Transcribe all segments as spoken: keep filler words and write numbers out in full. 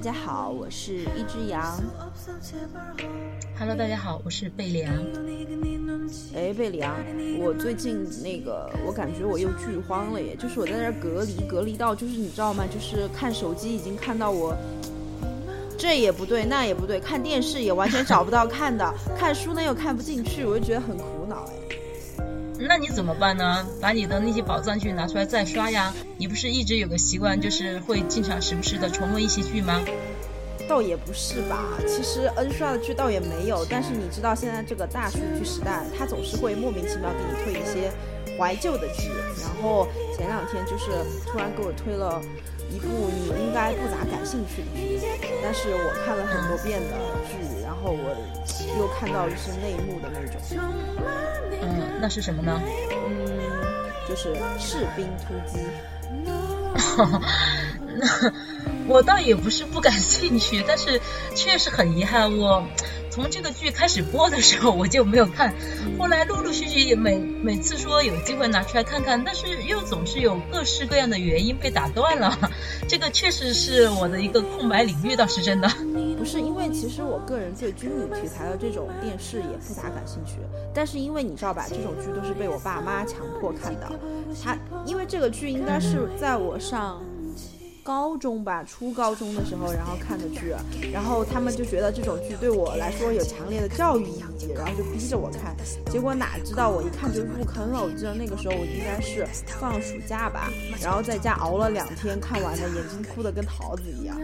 家好，我是一只羊。 Hello， 大家好，我是贝里昂。 哎，贝里昂，我最近那个，我感觉我又剧荒了耶，就是我在这隔离，隔离到就是你知道吗？就是看手机已经看到我这也不对，那也不对，看电视也完全找不到看的，看书呢又看不进去，我就觉得很苦恼哎。 那你怎么办呢？把你的那些宝藏剧拿出来再刷呀。你不是一直有个习惯，就是会经常时不时的重温一些剧吗？ 倒也不是吧，其实 N 刷的剧倒也没有，但是你知道现在这个大数据时代，它总是会莫名其妙给你推一些怀旧的剧，然后前两天就是突然给我推了一部你应该不咋感兴趣的剧，但是我看了很多遍的剧，然后我又看到就是内幕的那种。 嗯，那是什么呢？ 嗯，就是士兵突击。 那我倒也不是不感兴趣，但是确实很遗憾，我从这个剧开始播的时候我就没有看，后来陆陆续续每每次说有机会拿出来看看，但是又总是有各式各样的原因被打断了，这个确实是我的一个空白领域，倒是真的。 不是因为其实我个人对军旅题材的这种电视也不咋感兴趣，但是因为你知道吧，这种剧都是被我爸妈强迫看的，他因为这个剧应该是在我上高中吧，初高中的时候然后看的剧，然后他们就觉得这种剧对我来说有强烈的教育意义，然后就逼着我看，结果哪知道我一看就入坑了。我记得那个时候我应该是放暑假吧，然后在家熬了两天看完的，眼睛哭得跟桃子一样。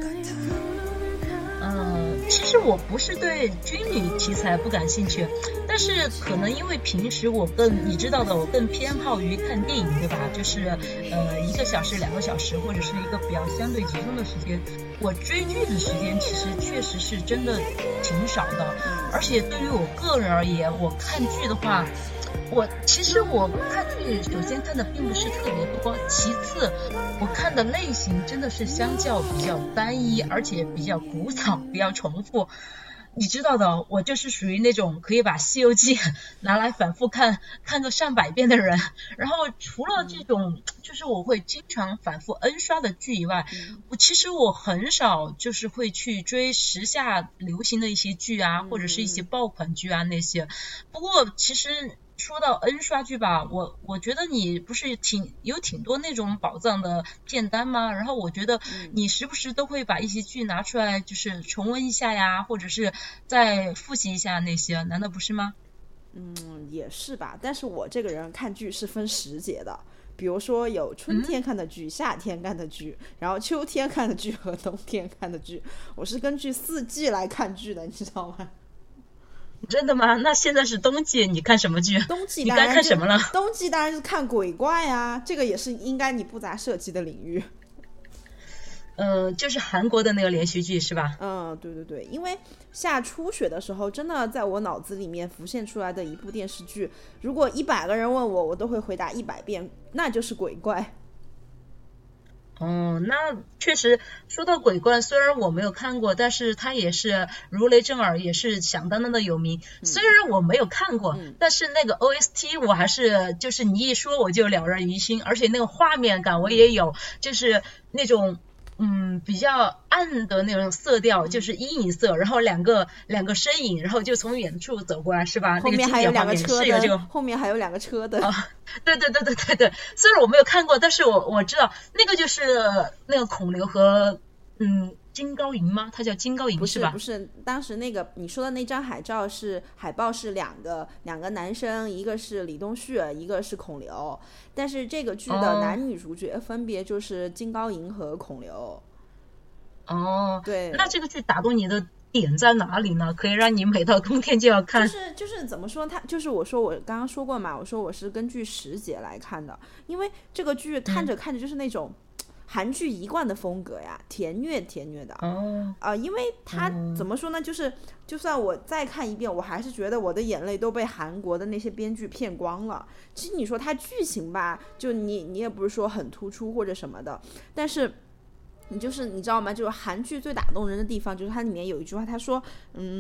嗯，其实我不是对军旅题材不感兴趣，但是可能因为平时我更你知道的，我更偏好于看电影，对吧？就是呃一个小时、两个小时，或者是一个比较相对集中的时间。我追剧的时间其实确实是真的挺少的，而且对于我个人而言，我看剧的话。我其实我看剧首先看的并不是特别多，其次我看的类型真的是相较比较单一，而且比较古早，比较重复。你知道的，我就是属于那种可以把《西游记》拿来反复看看个上百遍的人。然后除了这种就是我会经常反复 N 刷的剧以外，我其实我很少就是会去追时下流行的一些剧啊，或者是一些爆款剧啊那些。不过其实说到 N 刷剧吧，我我觉得你不是挺有挺多那种宝藏的片单吗？然后我觉得你时不时都会把一些剧拿出来，就是重温一下呀，或者是再复习一下那些，难道不是吗？ 嗯，也是吧。但是我这个人看剧是分时节的，比如说有春天看的剧、嗯、夏天看的剧，然后秋天看的剧和冬天看的剧，我是根据四季来看剧的，你知道吗？ 真的吗？那现在是冬季，你看什么剧？ 冬季你该看什么了？ 冬季当然是看鬼怪啊，这个也是应该你不咋涉及的领域。 呃，就是韩国的那个连续剧是吧？ 嗯，对对对，因为下初雪的时候，真的在我脑子里面浮现出来的一部电视剧，如果一百个人问我，我都会回答一百遍，那就是鬼怪。 哦，那确实说到鬼怪，虽然我没有看过，但是它也是如雷震耳，也是响当当的有名。嗯、虽然我没有看过、嗯，但是那个 O S T 我还是就是你一说我就了然于心，而且那个画面感我也有，就是那种嗯比较暗的那种色调，就是阴影色，然后两个两个身影，然后就从远处走过来，是吧？ 后面还有两个车的， 这个后面还有两个车的。 啊对对对对对对，虽然我没有看过，但是我我知道那个就是那个孔刘和嗯金高银吗？他叫金高银不是吧？ 不是，当时那个你说的那张海照是海报是两个两个男生，一个是李东旭，一个是孔刘，但是这个剧的男女主角分别就是金高银和孔刘。 哦， 对， 那这个剧打动你的点在哪里呢？可以让你每到冬天就要看。 就是就是怎么说，它就是我说我刚刚说过嘛，我说我是根据时节来看的，因为这个剧看着看着就是那种韩剧一贯的风格呀，甜虐甜虐的。 哦， 啊、呃，因为它怎么说呢，就是就算我再看一遍，我还是觉得我的眼泪都被韩国的那些编剧骗光了。其实你说它剧情吧，就你你也不是说很突出或者什么的，但是。你就是你知道吗？就是韩剧最打动人的地方，就是它里面有一句话，他说，嗯，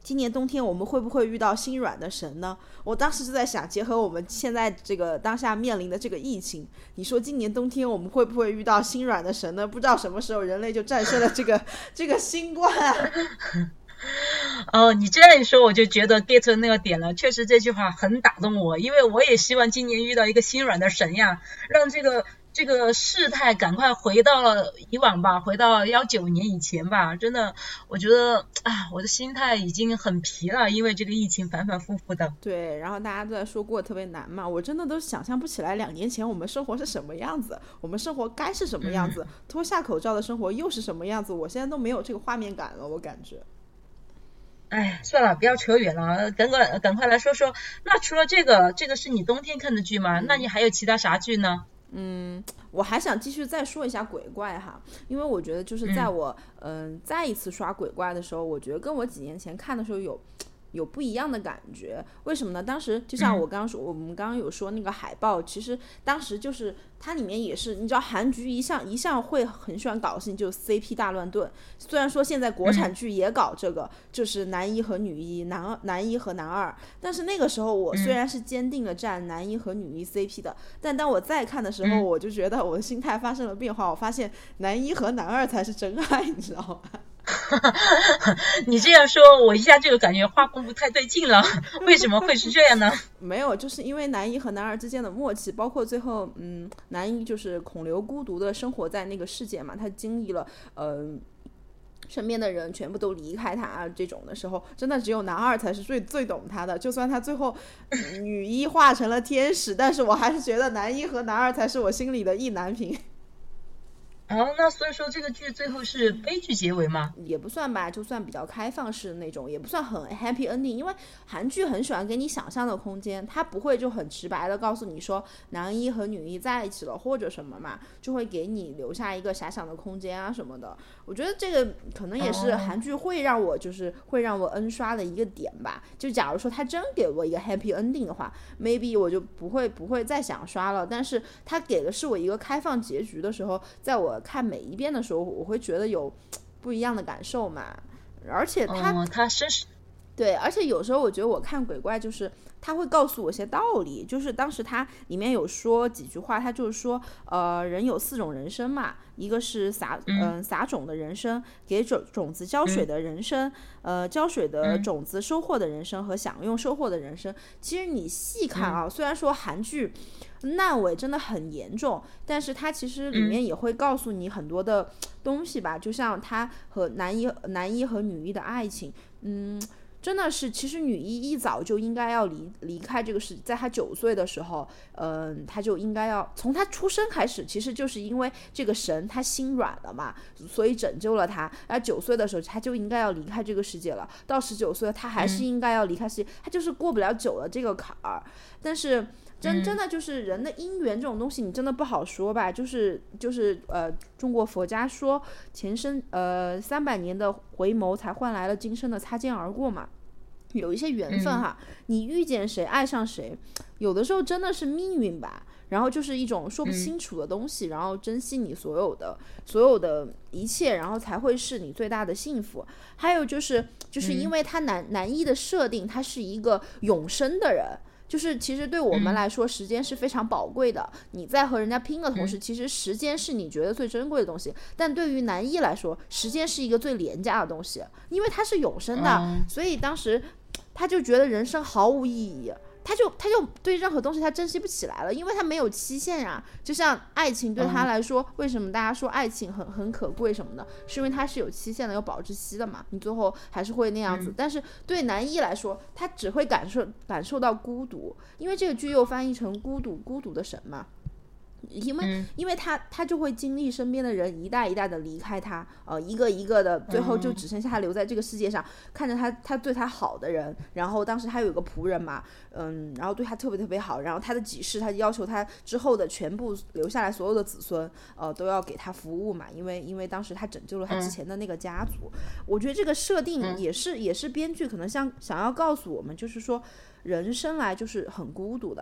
今年冬天我们会不会遇到心软的神呢？我当时就在想，结合我们现在这个当下面临的这个疫情，你说今年冬天我们会不会遇到心软的神呢？不知道什么时候人类就战胜了这个这个新冠啊。 哦，你这样一说我就觉得 get 那个点了，确实这句话很打动我，因为我也希望今年遇到一个心软的神呀，让这个这个事态赶快回到了以往吧，回到幺九年以前吧。真的我觉得啊，我的心态已经很疲了，因为这个疫情反反复复的。 对，然后大家都在说过得特别难嘛，我真的都想象不起来两年前我们生活是什么样子，我们生活该是什么样子、嗯、脱下口罩的生活又是什么样子，我现在都没有这个画面感了，我感觉。 哎，算了，不要扯远了，赶快赶快来说说，那除了这个，这个是你冬天看的剧吗？嗯、那你还有其他啥剧呢？ 嗯，我还想继续再说一下鬼怪哈，因为我觉得就是在我嗯、呃、再一次刷鬼怪的时候，我觉得跟我几年前看的时候有有不一样的感觉。为什么呢？当时就像我刚刚说、嗯、我们刚刚有说那个海报，其实当时就是它里面也是，你知道韩剧一向一向会很喜欢搞事情，就是 C P 大乱炖。虽然说现在国产剧也搞这个、嗯、就是男一和女一，男男一和男二，但是那个时候我虽然是坚定了站男一和女一 C P 的、嗯、但当我再看的时候、嗯、我就觉得我的心态发生了变化，我发现男一和男二才是真爱，你知道吗？ 你这样说我一下就感觉画风不太对劲了，为什么会是这样呢？ 没有，就是因为男一和男二之间的默契，包括最后嗯，男一就是孔刘孤独的生活在那个世界嘛，他经历了呃身边的人全部都离开他、啊、这种的时候，真的只有男二才是最最懂他的，就算他最后、呃、女一化成了天使，但是我还是觉得男一和男二才是我心里的意难平。 哦，那所以说这个剧最后是悲剧结尾吗？ 也不算吧，就算比较开放式的那种，也不算很 happy ending， 因为韩剧很喜欢给你想象的空间，它不会就很直白的告诉你说男一和女一在一起了或者什么嘛，就会给你留下一个遐想的空间啊什么的。我觉得这个可能也是韩剧会让我就是会让我 N 刷的一个点吧。就假如说他真给我一个 happy ending 的话 maybe 我就不会不会再想刷了，但是他给的是我一个开放结局的时候，在我看每一遍的时候我会觉得有不一样的感受嘛。而且他、 哦、他真是对，而且有时候我觉得我看鬼怪就是他会告诉我一些道理，就是当时他里面有说几句话，他就是说呃，人有四种人生嘛，一个是撒嗯、呃、撒种的人生，给种种子浇水的人生、嗯、呃浇水的种子收获的人生、嗯、和享用收获的人生。其实你细看啊、嗯、虽然说韩剧烂尾真的很严重，但是它其实里面也会告诉你很多的东西吧、嗯、就像他和男一男一和女一的爱情，嗯真的是，其实女一一早就应该要离离开这个世界，在她九岁的时候，嗯、呃，她就应该要从她出生开始，其实就是因为这个神她心软了嘛，所以拯救了她。然后九岁的时候，她就应该要离开这个世界了。到十九岁，她还是应该要离开世界，她就是过不了九了这个坎儿。但是真真的就是人的姻缘这种东西，你真的不好说吧？就是就是呃，中国佛家说前生呃三百年的回眸才换来了今生的擦肩而过嘛。有一些缘分哈、嗯，你遇见谁爱上谁，有的时候真的是命运吧。然后就是一种说不清楚的东西、嗯、然后珍惜你所有的所有的一切，然后才会是你最大的幸福。还有就是就是因为他男、嗯、男一的设定，他是一个永生的人，就是其实对我们来说时间是非常宝贵的、嗯、你在和人家拼的同时、嗯、其实时间是你觉得最珍贵的东西，但对于男一来说时间是一个最廉价的东西，因为它是永生的、嗯、所以当时他就觉得人生毫无意义，他就他就对任何东西他珍惜不起来了，因为他没有期限啊。就像爱情对他来说、嗯、为什么大家说爱情很很可贵什么的，是因为它是有期限的，有保质期的嘛，你最后还是会那样子、嗯、但是对男一来说他只会感受感受到孤独，因为这个剧又翻译成孤独孤独的神嘛，因为、嗯、因为他他就会经历身边的人一代一代的离开他，呃，一个一个的，最后就只剩下他留在这个世界上、嗯、看着他他对他好的人，然后当时他有个仆人嘛，嗯，然后对他特别特别好，然后他的几世他要求他之后的全部留下来所有的子孙呃都要给他服务嘛，因为因为当时他拯救了他之前的那个家族、嗯、我觉得这个设定也是、嗯、也是编剧可能像想要告诉我们，就是说人生来就是很孤独的，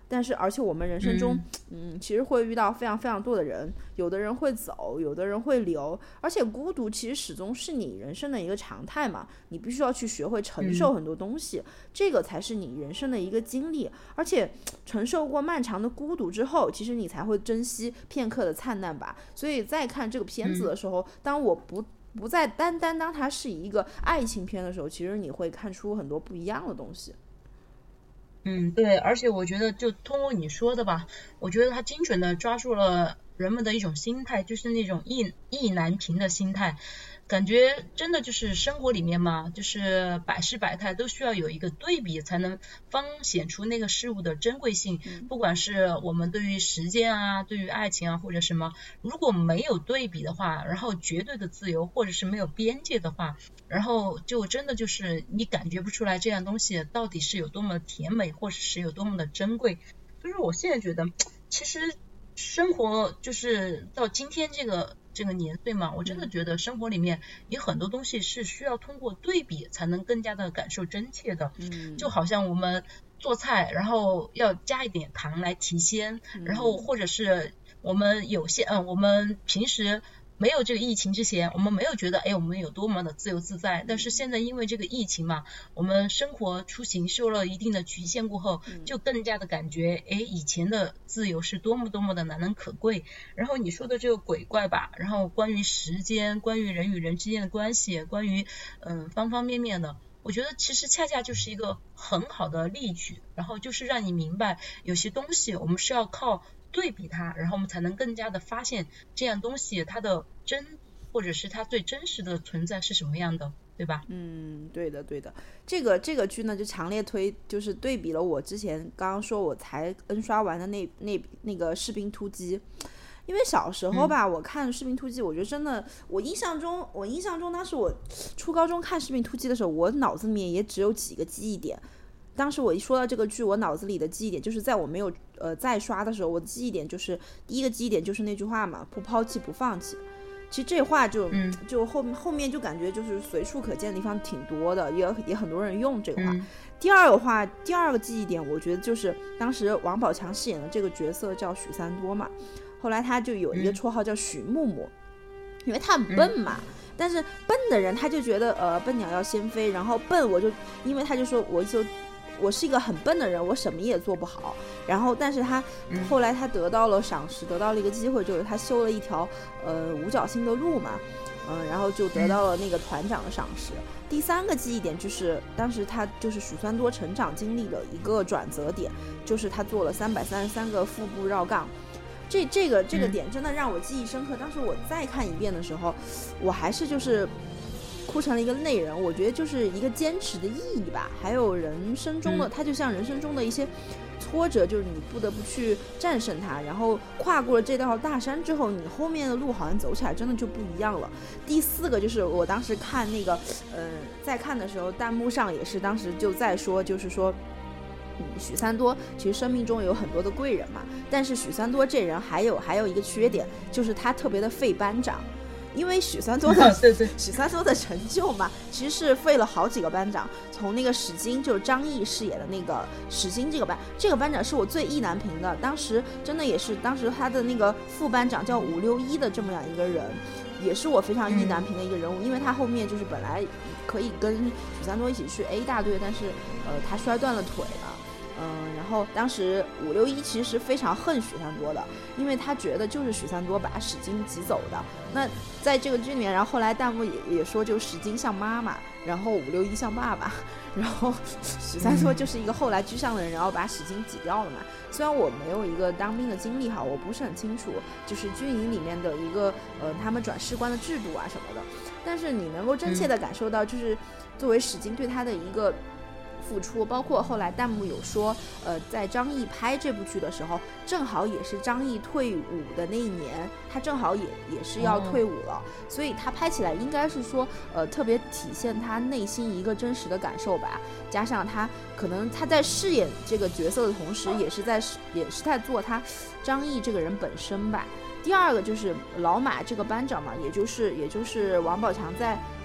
但是而且我们人生中 嗯, 嗯其实会遇到非常非常多的人，有的人会走，有的人会留，而且孤独其实始终是你人生的一个常态嘛，你必须要去学会承受很多东西、嗯、这个才是你人生的一个经历，而且承受过漫长的孤独之后，其实你才会珍惜片刻的灿烂吧。所以在看这个片子的时候、嗯、当我不不再单单当它是一个爱情片的时候，其实你会看出很多不一样的东西。 嗯，对，而且我觉得就通过你说的吧，我觉得他精准的抓住了人们的一种心态，就是那种意意难平的心态，感觉真的就是生活里面嘛，就是百事百态都需要有一个对比，才能方显出那个事物的珍贵性、嗯、不管是我们对于时间啊，对于爱情啊或者什么，如果没有对比的话，然后绝对的自由或者是没有边界的话，然后就真的就是你感觉不出来这样东西到底是有多么甜美或者是有多么的珍贵。就是我现在觉得其实生活就是到今天这个这个年岁嘛，我真的觉得生活里面有很多东西是需要通过对比才能更加的感受真切的、嗯、就好像我们做菜然后要加一点糖来提鲜、嗯、然后或者是我们有些嗯，我们平时没有这个疫情之前，我们没有觉得哎，我们有多么的自由自在，但是现在因为这个疫情嘛，我们生活出行受了一定的局限过后，就更加的感觉哎，以前的自由是多么多么的难能可贵。然后你说的这个鬼怪吧，然后关于时间，关于人与人之间的关系，关于嗯方方面面的，我觉得其实恰恰就是一个很好的例举，然后就是让你明白有些东西我们是要靠对比它，然后我们才能更加的发现这样东西它的真或者是它最真实的存在是什么样的，对吧？ 嗯，对的对的。这个这个剧呢就强烈推，就是对比了我之前刚刚说我才 N 刷完的那那那个士兵突击。因为小时候吧、嗯、我看士兵突击，我觉得真的，我印象中我印象中当时我初高中看士兵突击的时候，我脑子里面也只有几个记忆点。当时我一说到这个剧，我脑子里的记忆点就是在我没有呃再刷的时候，我的记忆点就是第一个记忆点就是那句话嘛，不抛弃不放弃。其实这话就、嗯、就后后面就感觉就是随处可见的地方挺多的，也也很多人用这个话、嗯、第二个话第二个记忆点我觉得就是当时王宝强饰演的这个角色叫许三多嘛，后来他就有一个绰号叫许木木、嗯、因为他很笨嘛、嗯，但是笨的人他就觉得呃笨鸟要先飞，然后笨我就因为他就说我就我是一个很笨的人，我什么也做不好，然后但是他后来他得到了赏识，得到了一个机会，就是他修了一条呃五角星的路嘛，嗯、呃，然后就得到了那个团长的赏识。第三个记忆点就是当时他就是许三多成长经历的一个转折点，就是他做了三百三十三个腹部绕杠。这这个这个点真的让我记忆深刻，当时我再看一遍的时候，我还是就是哭成了一个泪人。我觉得就是一个坚持的意义吧，还有人生中的，它就像人生中的一些挫折，就是你不得不去战胜它，然后跨过了这道大山之后，你后面的路好像走起来真的就不一样了。第四个就是我当时看那个呃在看的时候，弹幕上也是当时就在说，就是说嗯，许三多其实生命中有很多的贵人嘛，但是许三多这人还有还有一个缺点，就是他特别的废班长。因为许三多的对对许三多的成就嘛，其实是废了好几个班长。从那个史金，就是张译饰演的那个史金这个班，这个班长是我最意难平的。当时真的也是，当时他的那个副班长叫五六一的这么样一个人，也是我非常意难平的一个人物。嗯、因为他后面就是本来可以跟许三多一起去 A 大队，但是呃他摔断了腿了。嗯，然后当时五六一其实是非常恨许三多的，因为他觉得就是许三多把史金挤走的。那在这个剧里面，然后后来弹幕也也说，就史金像妈妈，然后五六一像爸爸，然后许三多就是一个后来居上的人，然后把史金挤掉了嘛。虽然我没有一个当兵的经历哈，我不是很清楚，就是军营里面的一个呃他们转士官的制度啊什么的，但是你能够真切的感受到，就是作为史金对他的一个付出，包括后来弹幕有说呃，在张译拍这部剧的时候，正好也是张译退伍的那一年，他正好也也是要退伍了、哦、所以他拍起来应该是说呃，特别体现他内心一个真实的感受吧，加上他可能他在饰演这个角色的同时，也是在也是在做他张译这个人本身吧。第二个就是老马这个班长嘛，也就是也就是王宝强在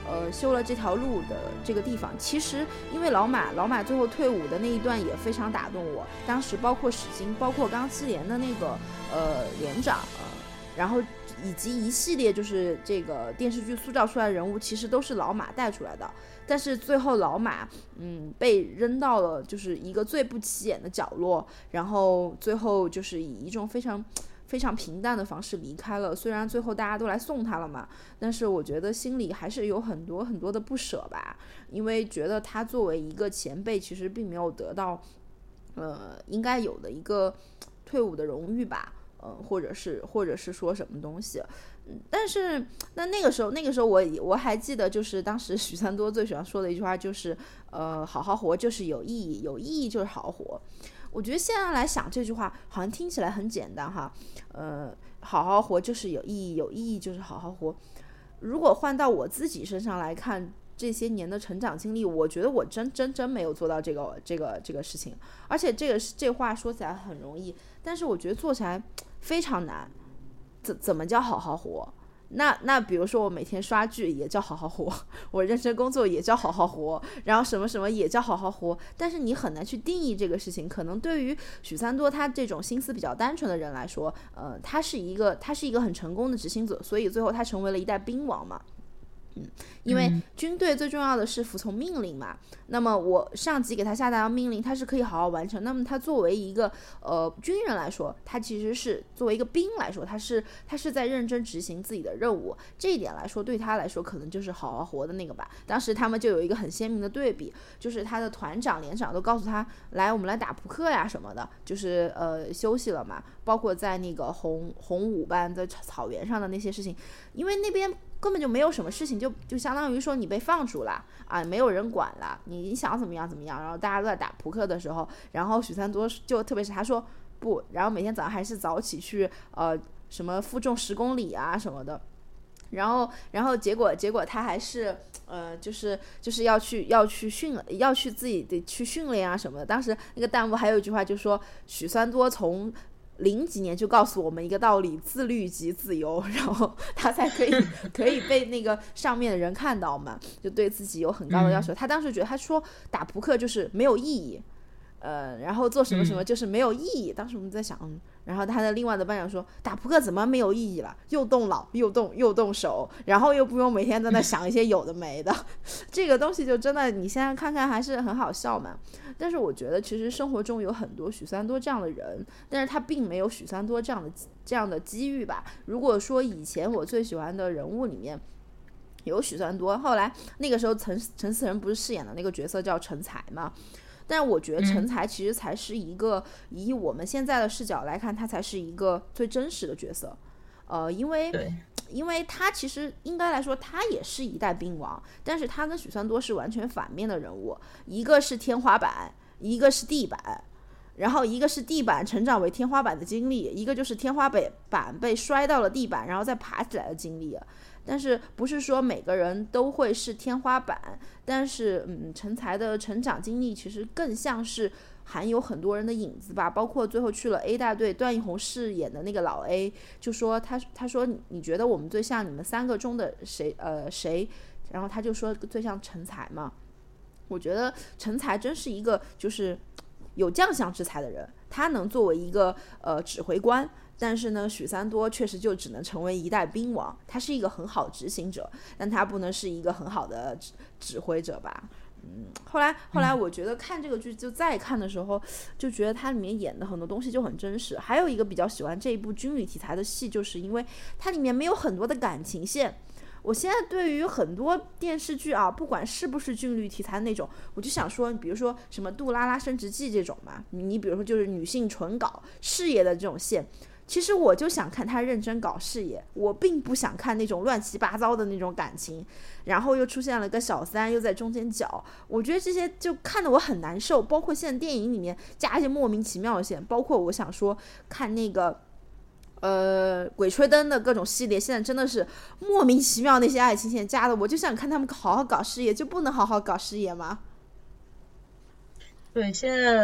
呃修了这条路的这个地方。其实因为老马老马最后退伍的那一段也非常打动我，当时包括史金，包括钢七连的那个呃连长，呃，然后以及一系列就是这个电视剧塑造出来的人物，其实都是老马带出来的。但是最后老马嗯被扔到了就是一个最不起眼的角落，然后最后就是以一种非常非常平淡的方式离开了。虽然最后大家都来送他了嘛，但是我觉得心里还是有很多很多的不舍吧，因为觉得他作为一个前辈，其实并没有得到呃应该有的一个退伍的荣誉吧，呃，或者是或者是说什么东西。但是那那个时候那个时候我我还记得，就是当时许三多最喜欢说的一句话就是呃好好活就是有意义，有意义就是好好活。我觉得现在来想这句话好像听起来很简单哈，呃好好活就是有意义，有意义就是好好活。如果换到我自己身上来看这些年的成长经历，我觉得我真真真没有做到这个这个这个事情。而且这个这话说起来很容易，但是我觉得做起来非常难。怎怎么叫好好活？那那比如说我每天刷剧也叫好好活，我认真工作也叫好好活，然后什么什么也叫好好活，但是你很难去定义这个事情。可能对于许三多他这种心思比较单纯的人来说，呃，他是一个他是一个很成功的执行者，所以最后他成为了一代兵王嘛。嗯，因为军队最重要的是服从命令嘛，那么我上级给他下达的命令他是可以好好完成，那么他作为一个呃军人来说，他其实是作为一个兵来说，他是他是在认真执行自己的任务，这一点来说对他来说可能就是好好活的那个吧。当时他们就有一个很鲜明的对比，就是他的团长连长都告诉他来我们来打扑克呀什么的，就是呃休息了嘛，包括在那个红红五班在草原上的那些事情，因为那边根本就没有什么事情，就就相当于说你被放逐了啊，没有人管了，你想怎么样怎么样，然后大家都在打扑克的时候，然后许三多就特别是他说不，然后每天早上还是早起去呃什么负重十公里啊什么的，然后然后结果结果他还是呃就是就是要去要去训要去自己得去训练啊什么的。当时那个弹幕还有一句话就说许三多从零几年就告诉我们一个道理，自律即自由，然后他才可以可以被那个上面的人看到嘛，就对自己有很高的要求。他当时觉得他说打扑克就是没有意义，呃，然后做什么什么就是没有意义。当时我们在想，嗯，然后他的另外的班长说打扑克怎么没有意义了，又动脑又动又动手，然后又不用每天在那想一些有的没的这个东西就真的你现在看看还是很好笑嘛。但是我觉得其实生活中有很多许三多这样的人，但是他并没有许三多这样的这样的机遇吧。如果说以前我最喜欢的人物里面有许三多，后来那个时候陈陈思诚不是饰演的那个角色叫陈才嘛，但是我觉得陈才其实才是一个、嗯、以我们现在的视角来看，他才是一个最真实的角色。呃，因为因为他其实应该来说他也是一代兵王，但是他跟许三多是完全反面的人物，一个是天花板，一个是地板，然后一个是地板成长为天花板的经历，一个就是天花板被摔到了地板然后再爬起来的经历。但是不是说每个人都会是天花板，但是嗯，陈才的成长经历其实更像是含有很多人的影子吧，包括最后去了 A 大队，段奕宏饰演的那个老 A 就说他他说你觉得我们最像你们三个中的谁呃谁，然后他就说最像陈才嘛。我觉得陈才真是一个就是有将相之才的人，他能作为一个呃指挥官，但是呢许三多确实就只能成为一代兵王，他是一个很好执行者，但他不能是一个很好的指指挥者吧。嗯，后来后来我觉得看这个剧就再看的时候就觉得它里面演的很多东西就很真实。还有一个比较喜欢这一部军旅题材的戏，就是因为它里面没有很多的感情线。我现在对于很多电视剧啊，不管是不是军旅题材那种，我就想说比如说什么杜拉拉升职记这种嘛，你比如说就是女性纯搞事业的这种线，其实我就想看他认真搞事业，我并不想看那种乱七八糟的那种感情，然后又出现了个小三又在中间搅，我觉得这些就看得我很难受。包括现在电影里面加一些莫名其妙的线，包括我想说看那个呃鬼吹灯的各种系列，现在真的是莫名其妙那些爱情线加的，我就想看他们好好搞事业，就不能好好搞事业吗？ 对，现在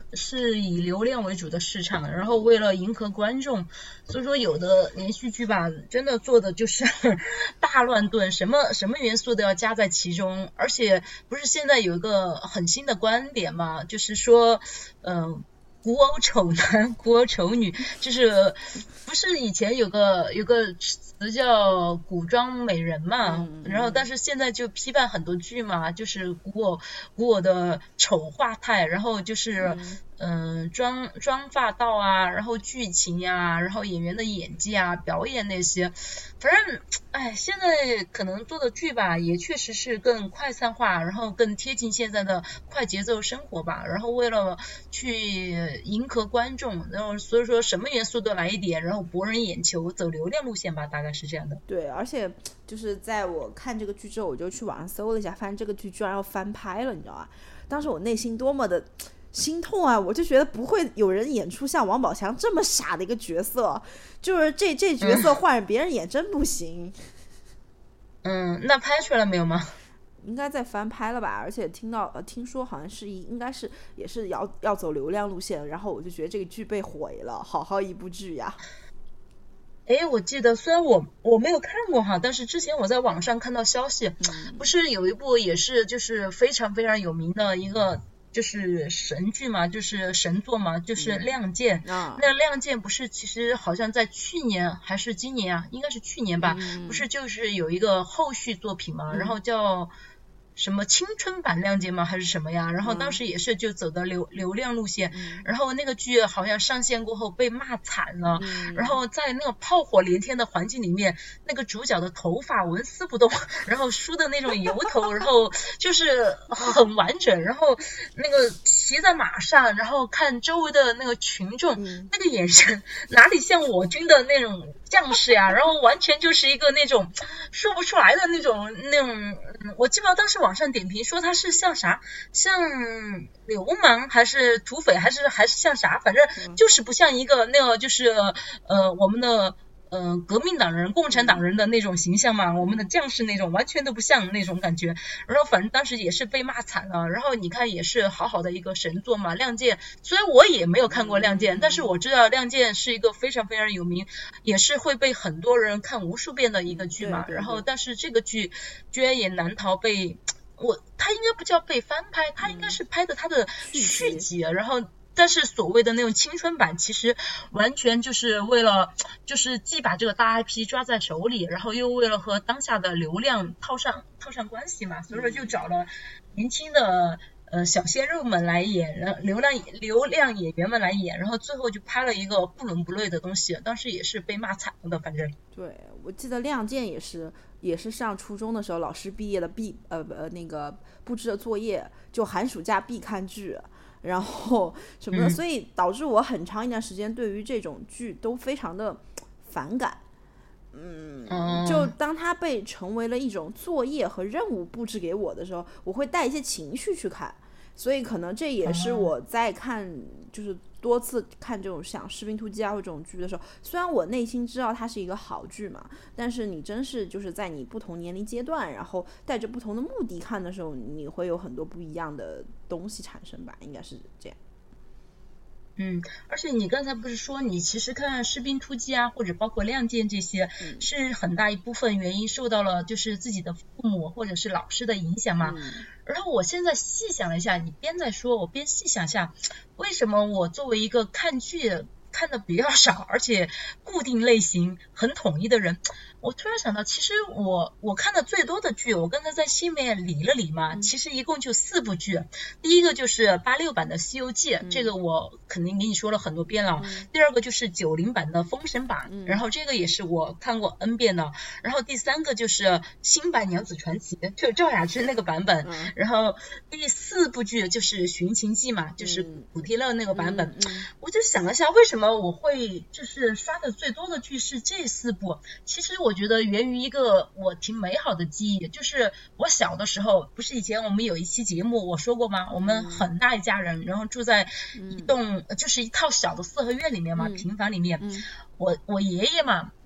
是以流量为主的市场，然后为了迎合观众，所以说有的连续剧吧，真的做的就是大乱炖，什么什么元素都要加在其中。而且不是现在有一个很新的观点嘛，就是说，嗯、呃。古偶丑男，古偶丑女，就是不是以前有个有个词叫古装美人嘛， 嗯、 然后但是现在就批判很多剧嘛，就是古偶古偶的丑化态，然后就是嗯、呃、妆妆发道啊，然后剧情呀、啊，然后演员的演技啊，表演那些，反正哎，现在可能做的剧吧，也确实是更快餐化，然后更贴近现在的快节奏生活吧，然后为了去迎合观众，然后所以说什么元素都来一点，然后博人眼球，走流量路线吧，大概是这样的。 对，而且就是在我看这个剧之后，我就去网上搜了一下，发现这个剧居然要翻拍了，你知道吗？当时我内心多么的心痛啊！我就觉得不会有人演出像王宝强这么傻的一个角色，就是这这角色换别人演真不行。 嗯，那拍出来没有吗？ 应该在翻拍了吧，而且听到呃听说好像是应该是也是要要走流量路线，然后我就觉得这个剧被毁了，好好一部剧呀。 哎，我记得虽然我我没有看过哈，但是之前我在网上看到消息， 嗯、 不是有一部也是就是非常非常有名的一个就是神剧嘛，就是神作嘛，就是《亮剑》 嗯啊、 那《亮剑》不是其实好像在去年还是今年啊，应该是去年吧， 嗯、 不是就是有一个后续作品嘛， 嗯、 然后叫什么青春版亮剑吗还是什么呀，然后当时也是就走的流、嗯、流量路线、嗯、然后那个剧好像上线过后被骂惨了、嗯、然后在那个炮火连天的环境里面，那个主角的头发纹丝不动，然后梳的那种油头，然后就是很完整，然后那个骑在马上，然后看周围的那个群众、嗯、那个眼神哪里像我军的那种将士呀，然后完全就是一个那种说不出来的那种那种，我记不到当时网上点评说他是像啥，像流氓还是土匪还是还是像啥，反正就是不像一个那个就是呃我们的呃革命党人共产党人的那种形象嘛，我们的将士那种完全都不像那种感觉，然后反正当时也是被骂惨了。然后你看也是好好的一个神作嘛，亮剑，虽然我也没有看过亮剑，但是我知道亮剑是一个非常非常有名，也是会被很多人看无数遍的一个剧嘛。 对对对， 然后但是这个剧居然也难逃被我他应该不叫被翻拍，他应该是拍的他的续集、嗯、然后但是所谓的那种青春版其实完全就是为了就是既把这个大 I P 抓在手里，然后又为了和当下的流量套上套上关系嘛，所以说就找了年轻的呃小鲜肉们来演，然后流量流量演员们来演，然后最后就拍了一个不伦不类的东西，当时也是被骂惨了的。反正对，我记得亮剑也是也是上初中的时候老师毕业的必呃呃那个布置的作业，就寒暑假必看剧，然后什么的、嗯、所以导致我很长一段时间对于这种剧都非常的反感。嗯，就当它被成为了一种作业和任务布置给我的时候，我会带一些情绪去看，所以可能这也是我在看就是多次看这种像士兵突击啊或这种剧的时候，虽然我内心知道它是一个好剧嘛，但是你真是就是在你不同年龄阶段，然后带着不同的目的看的时候，你会有很多不一样的东西产生吧，应该是这样。 嗯，而且你刚才不是说你其实看士兵突击啊或者包括亮剑这些、嗯、是很大一部分原因受到了就是自己的父母或者是老师的影响嘛、嗯、然后我现在细想了一下，你边在说我边细想一下，为什么我作为一个看剧看的比较少而且固定类型很统一的人，我突然想到其实我我看的最多的剧，我刚才在心里面理了理嘛、嗯、其实一共就四部剧。第一个就是八六版的西游记、嗯、这个我肯定给你说了很多遍了、嗯、第二个就是九零版的封神榜、嗯、然后这个也是我看过 N 遍的，然后第三个就是新版娘子传奇，就赵雅芝那个版本、嗯、然后第四部剧就是寻秦记嘛，就是古天乐那个版本、嗯嗯、我就想了下为什么我会就是刷的最多的剧是这四部。其实我觉得源于一个我挺美好的记忆，就是我小的时候，不是以前我们有一期节目我说过吗，我们很大一家人然后住在一栋、嗯、就是一套小的四合院里面嘛、嗯、平房里面、嗯、我我爷爷嘛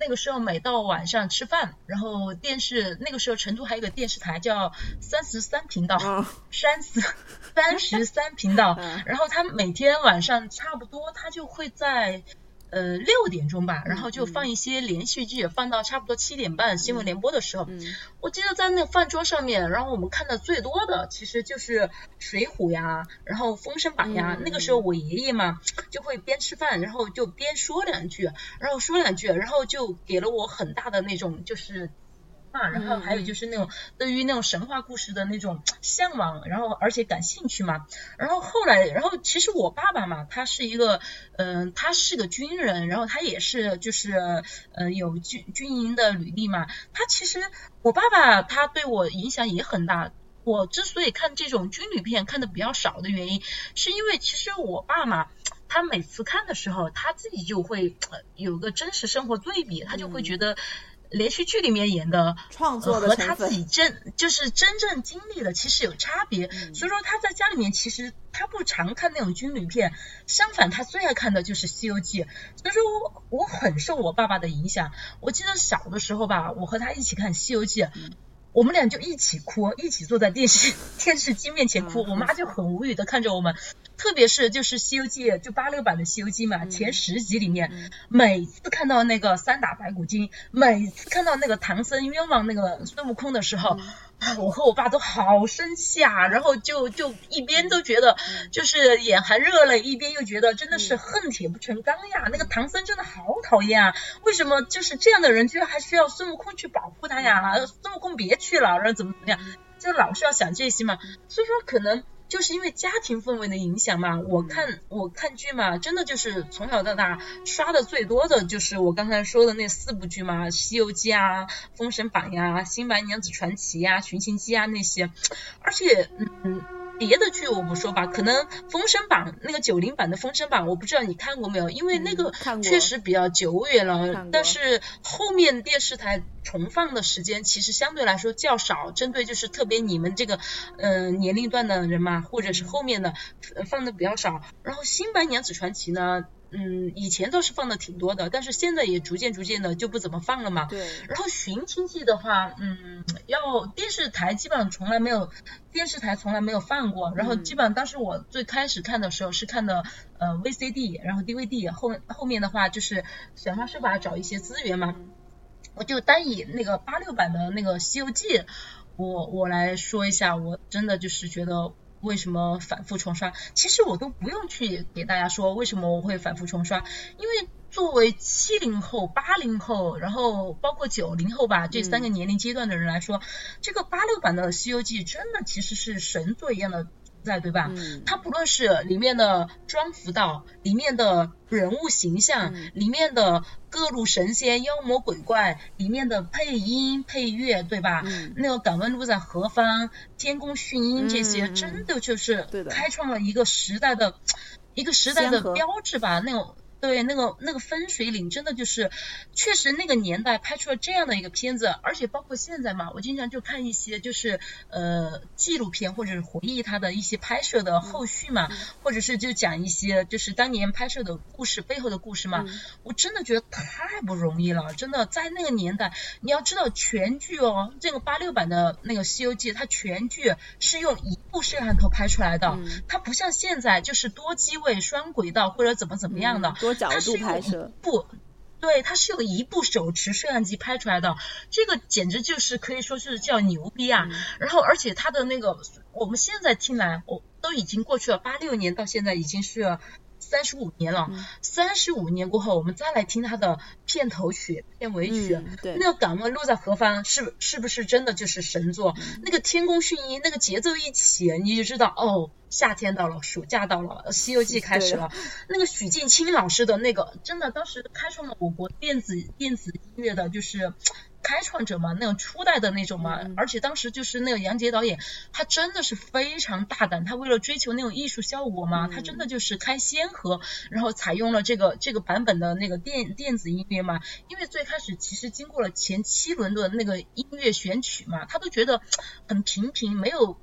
那个时候每到晚上吃饭，然后电视那个时候成都还有个电视台叫三十三频道，三十三十三频道，然后他每天晚上差不多他就会在呃六点钟吧，然后就放一些连续剧，放到差不多七点半新闻联播的时候，嗯、我记得在那个饭桌上面，然后我们看的最多的其实就是水浒呀，然后封神榜呀，嗯、那个时候我爷爷嘛就会边吃饭，然后就边说两句，然后说两句，然后就给了我很大的那种就是啊，然后还有就是那种对于那种神话故事的那种向往，然后而且感兴趣嘛。然后后来，然后其实我爸爸嘛，他是一个，嗯、呃，他是个军人，然后他也是就是呃有军军营的履历嘛。他其实我爸爸他对我影响也很大。我之所以看这种军旅片看的比较少的原因，是因为其实我爸嘛，他每次看的时候，他自己就会、呃、有个真实生活对比，他就会觉得。嗯连续剧里面演的创作的、 呃、和他自己真就是真正经历的其实有差别、嗯、所以说他在家里面其实他不常看那种军旅片，相反他最爱看的就是西游记，所以说我我很受我爸爸的影响。我记得小的时候吧，我和他一起看西游记、嗯、我们俩就一起哭，一起坐在电视电视机面前哭、嗯、我妈就很无语的看着我们，特别是就是西游记就八六版的西游记嘛、嗯、前十集里面、嗯、每次看到那个三打白骨精，每次看到那个唐僧冤枉那个孙悟空的时候、嗯、我和我爸都好生气啊，然后就就一边都觉得就是眼含热泪，一边又觉得真的是恨铁不成钢呀、嗯、那个唐僧真的好讨厌啊，为什么就是这样的人居然还需要孙悟空去保护他呀、嗯、孙悟空别去了，然后怎么怎么样，就老是要想这些嘛。所以说可能就是因为家庭氛围的影响嘛，我看我看剧嘛，真的就是从小到大刷的最多的就是我刚才说的那四部剧嘛，西游记啊、封神榜呀、新白娘子传奇呀、寻秦记啊那些。而且嗯别的剧我不说吧，可能封神榜那个九零版的封神榜我不知道你看过没有，因为那个确实比较久远了、嗯、但是后面电视台重放的时间其实相对来说较少，针对就是特别你们这个呃年龄段的人嘛，或者是后面的、呃、放的比较少。然后新白娘子传奇呢嗯，以前倒是放的挺多的，但是现在也逐渐逐渐的就不怎么放了嘛。 对。 然后寻秦记的话，嗯，要电视台基本上从来没有，电视台从来没有放过。然后基本上当时我最开始看的时候是看的呃 V C D， 然后 D V D， 后后面的话就是想方设法找一些资源嘛。我就单以那个八六版的那个西游记，我我来说一下，我真的就是觉得。为什么反复重刷？其实我都不用去给大家说为什么我会反复重刷，因为作为七零后、八零后，然后包括九零后吧，这三个年龄阶段的人来说，嗯、这个八六版的《西游记》真的其实是神作一样的。在对吧、嗯、它不论是里面的装福道，里面的人物形象、嗯、里面的各路神仙妖魔鬼怪，里面的配音配乐对吧、嗯、那个敢问路在何方，天宫迅音这些、嗯、真的就是开创了一个时代的一个时代的标志吧，那种对，那个那个分水岭真的就是确实那个年代拍出了这样的一个片子，而且包括现在嘛，我经常就看一些就是呃纪录片或者是回忆他的一些拍摄的后续嘛、嗯、或者是就讲一些就是当年拍摄的故事背后的故事嘛、嗯、我真的觉得太不容易了，真的在那个年代你要知道全剧哦，这个八六版的那个西游记它全剧是用一部摄像头拍出来的、嗯、它不像现在就是多机位双轨道或者怎么怎么样的、嗯多角度拍摄， 不，对，它是用一部手持摄像机拍出来的，这个简直就是可以说是叫牛逼啊！嗯、然后，而且它的那个，我们现在听来，我都已经过去了八六年，到现在已经是三十五年了。三十五年过后，我们再来听它的片头曲、片尾曲， 嗯、对那个敢问路在何方，是是不是真的就是神作？嗯、那个天宫迅音，那个节奏一起，你就知道哦。夏天到了，暑假到了，西游记开始了。那个许镜清老师的那个，真的当时开创了我国电子电子音乐的，就是开创者嘛，那种初代的那种嘛。嗯、而且当时就是那个杨洁导演，他真的是非常大胆，他为了追求那种艺术效果嘛，嗯、他真的就是开先河，然后采用了这个这个版本的那个电电子音乐嘛。因为最开始其实经过了前七轮的那个音乐选曲嘛，他都觉得很平平，没有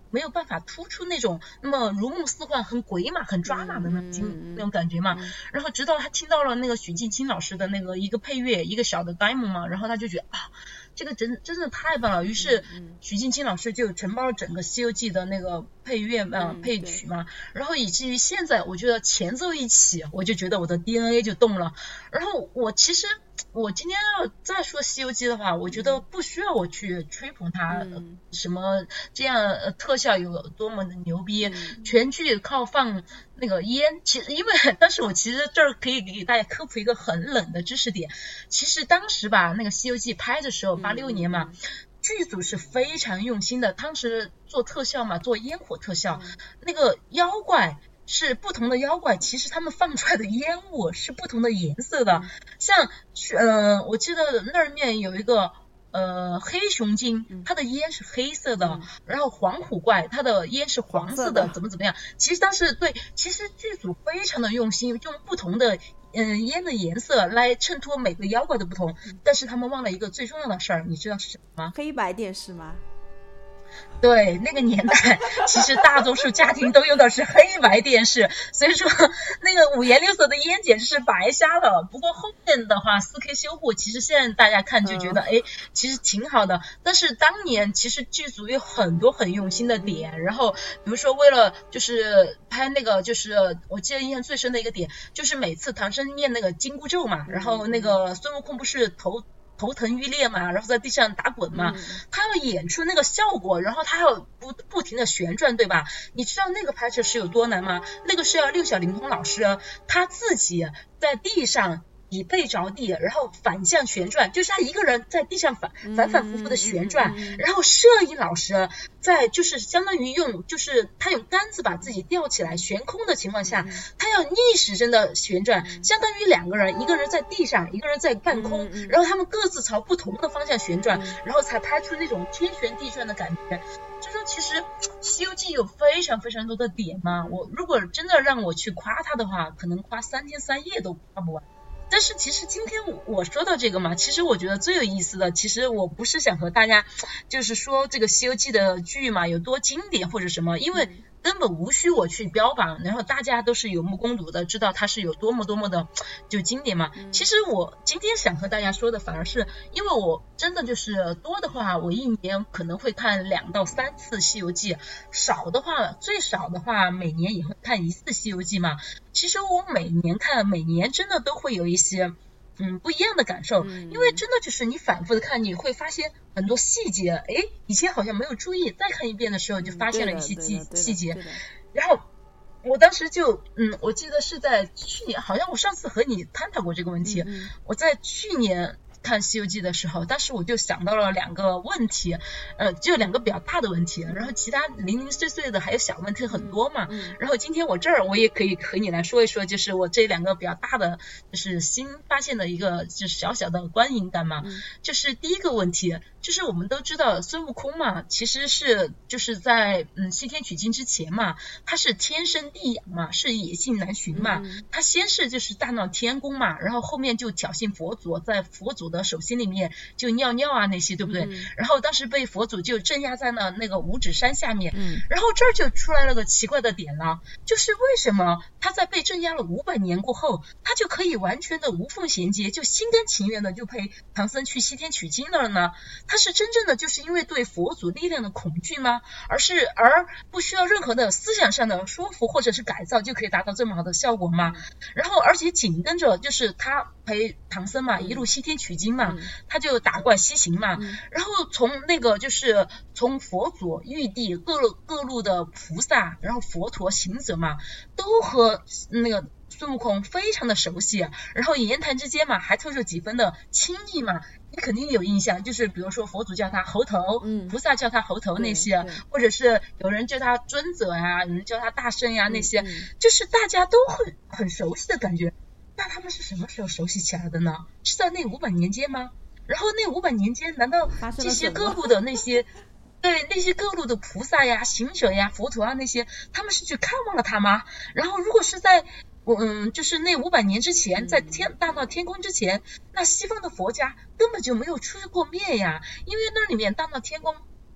没有办法突出那种那么如梦似幻、很鬼马、很抓马的那种、嗯、那种感觉嘛。嗯、然后直到他听到了那个许镜清老师的那个一个配乐，一个小的 demo 嘛，然后他就觉得啊，这个真真的太棒了。于是许镜清老师就承包了整个《西游记》的那个配乐嘛、呃、配曲嘛，然后以至于现在，我觉得前奏一起，我就觉得我的 D N A 就动了。然后我其实。我今天要再说《西游记》的话，我觉得不需要我去吹捧它、嗯、什么这样、呃、特效有多么的牛逼，嗯、全剧靠放那个烟。其实因为但是我其实这儿可以给大家科普一个很冷的知识点，其实当时吧那个《西游记》拍的时候，八六年嘛。嗯剧组是非常用心的，当时做特效嘛，做烟火特效，嗯、那个妖怪是不同的妖怪，其实他们放出来的烟雾是不同的颜色的。嗯、像呃，我记得那儿面有一个呃黑熊精，它的烟是黑色的，嗯、然后黄虎怪它的烟是黄色的，怎么怎么样？其实当时对，其实剧组非常的用心，用不同的。嗯，烟的颜色来衬托每个妖怪的不同，嗯、但是他们忘了一个最重要的事儿，你知道是什么吗？ 黑白电视吗？ 对，那个年代其实大多数家庭都用的是黑白电视，所以说那个五颜六色的烟简直是白瞎了。不过后面的话 四 K 修护，其实现在大家看就觉得、嗯、哎，其实挺好的。但是当年其实剧组有很多很用心的点，然后比如说为了就是拍那个，就是我记得印象最深的一个点，就是每次唐僧念那个紧箍咒嘛，然后那个孙悟空不是头头疼欲裂嘛，然后在地上打滚嘛，嗯、他要演出那个效果，然后他要不不停的旋转，对吧？你知道那个拍摄是有多难吗？那个是要六小龄童老师他自己在地上以背着地，然后反向旋转，就是他一个人在地上反反反复复的旋转，嗯嗯嗯、然后摄影老师在就是相当于用就是他用杆子把自己吊起来悬空的情况下，嗯、他要逆时针的旋转，嗯、相当于两个人，一个人在地上，一个人在半空，嗯、然后他们各自朝不同的方向旋转，嗯、然后才拍出那种天旋地转的感觉。就说其实《西游记》有非常非常多的点嘛，我如果真的让我去夸它的话，可能夸三天三夜都夸不完。但是其实今天我说到这个嘛，其实我觉得最有意思的，其实我不是想和大家就是说这个《西游记》的剧嘛有多经典或者什么，因为根本无需我去标榜，然后大家都是有目共睹的，知道它是有多么多么的就经典嘛。其实我今天想和大家说的，反而是因为我真的就是多的话，我一年可能会看两到三次《西游记》，少的话，最少的话，每年也会看一次《西游记》嘛。其实我每年看，每年真的都会有一些。嗯，不一样的感受，嗯、因为真的就是你反复的看，你会发现很多细节，哎，以前好像没有注意，再看一遍的时候就发现了一些细、嗯、细节。然后我当时就，嗯，我记得是在去年，好像我上次和你探讨过这个问题，嗯、我在去年看《西游记》的时候，当时我就想到了两个问题，呃，就两个比较大的问题，然后其他零零碎碎的还有小问题很多嘛。嗯、然后今天我这儿我也可以和你来说一说，就是我这两个比较大的，就是新发现的一个就是小小的观影感嘛。嗯、就是第一个问题，就是我们都知道孙悟空嘛，其实是就是在嗯西天取经之前嘛，他是天生地养嘛，是野性难寻嘛。嗯、他先是就是大闹天宫嘛，然后后面就挑衅佛祖，在佛祖的手心里面就尿尿啊那些，对不对？嗯、然后当时被佛祖就镇压在了那个五指山下面。嗯、然后这儿就出来了个奇怪的点了，就是为什么他在被镇压了五百年过后，他就可以完全的无缝衔接，就心甘情愿的就陪唐僧去西天取经了呢？他是真正的就是因为对佛祖力量的恐惧吗？而是而不需要任何的思想上的说服或者是改造就可以达到这么好的效果吗？然后而且紧跟着就是他陪唐僧嘛，一路西天取经嘛，嗯、他就打怪西行嘛，嗯、然后从那个就是从佛祖、玉帝各路各路的菩萨，然后佛陀行者嘛，都和那个孙悟空非常的熟悉，然后言谈之间嘛还透着几分的亲昵嘛。你肯定有印象，就是比如说佛祖叫他猴头，嗯、菩萨叫他猴头那些，或者是有人叫他尊者呀、啊，有人叫他大圣呀、啊、那些，嗯、就是大家都很很熟悉的感觉。那他们是什么时候熟悉起来的呢？是在那五百年间吗？然后那五百年间，难道这些各路的那些，对那些各路的菩萨呀、行者呀、佛陀啊那些，他们是去看望了他吗？然后如果是在嗯，就是那五百年之前，在天大闹天宫之前，那西方的佛家根本就没有出过面呀，因为那里面大闹天宫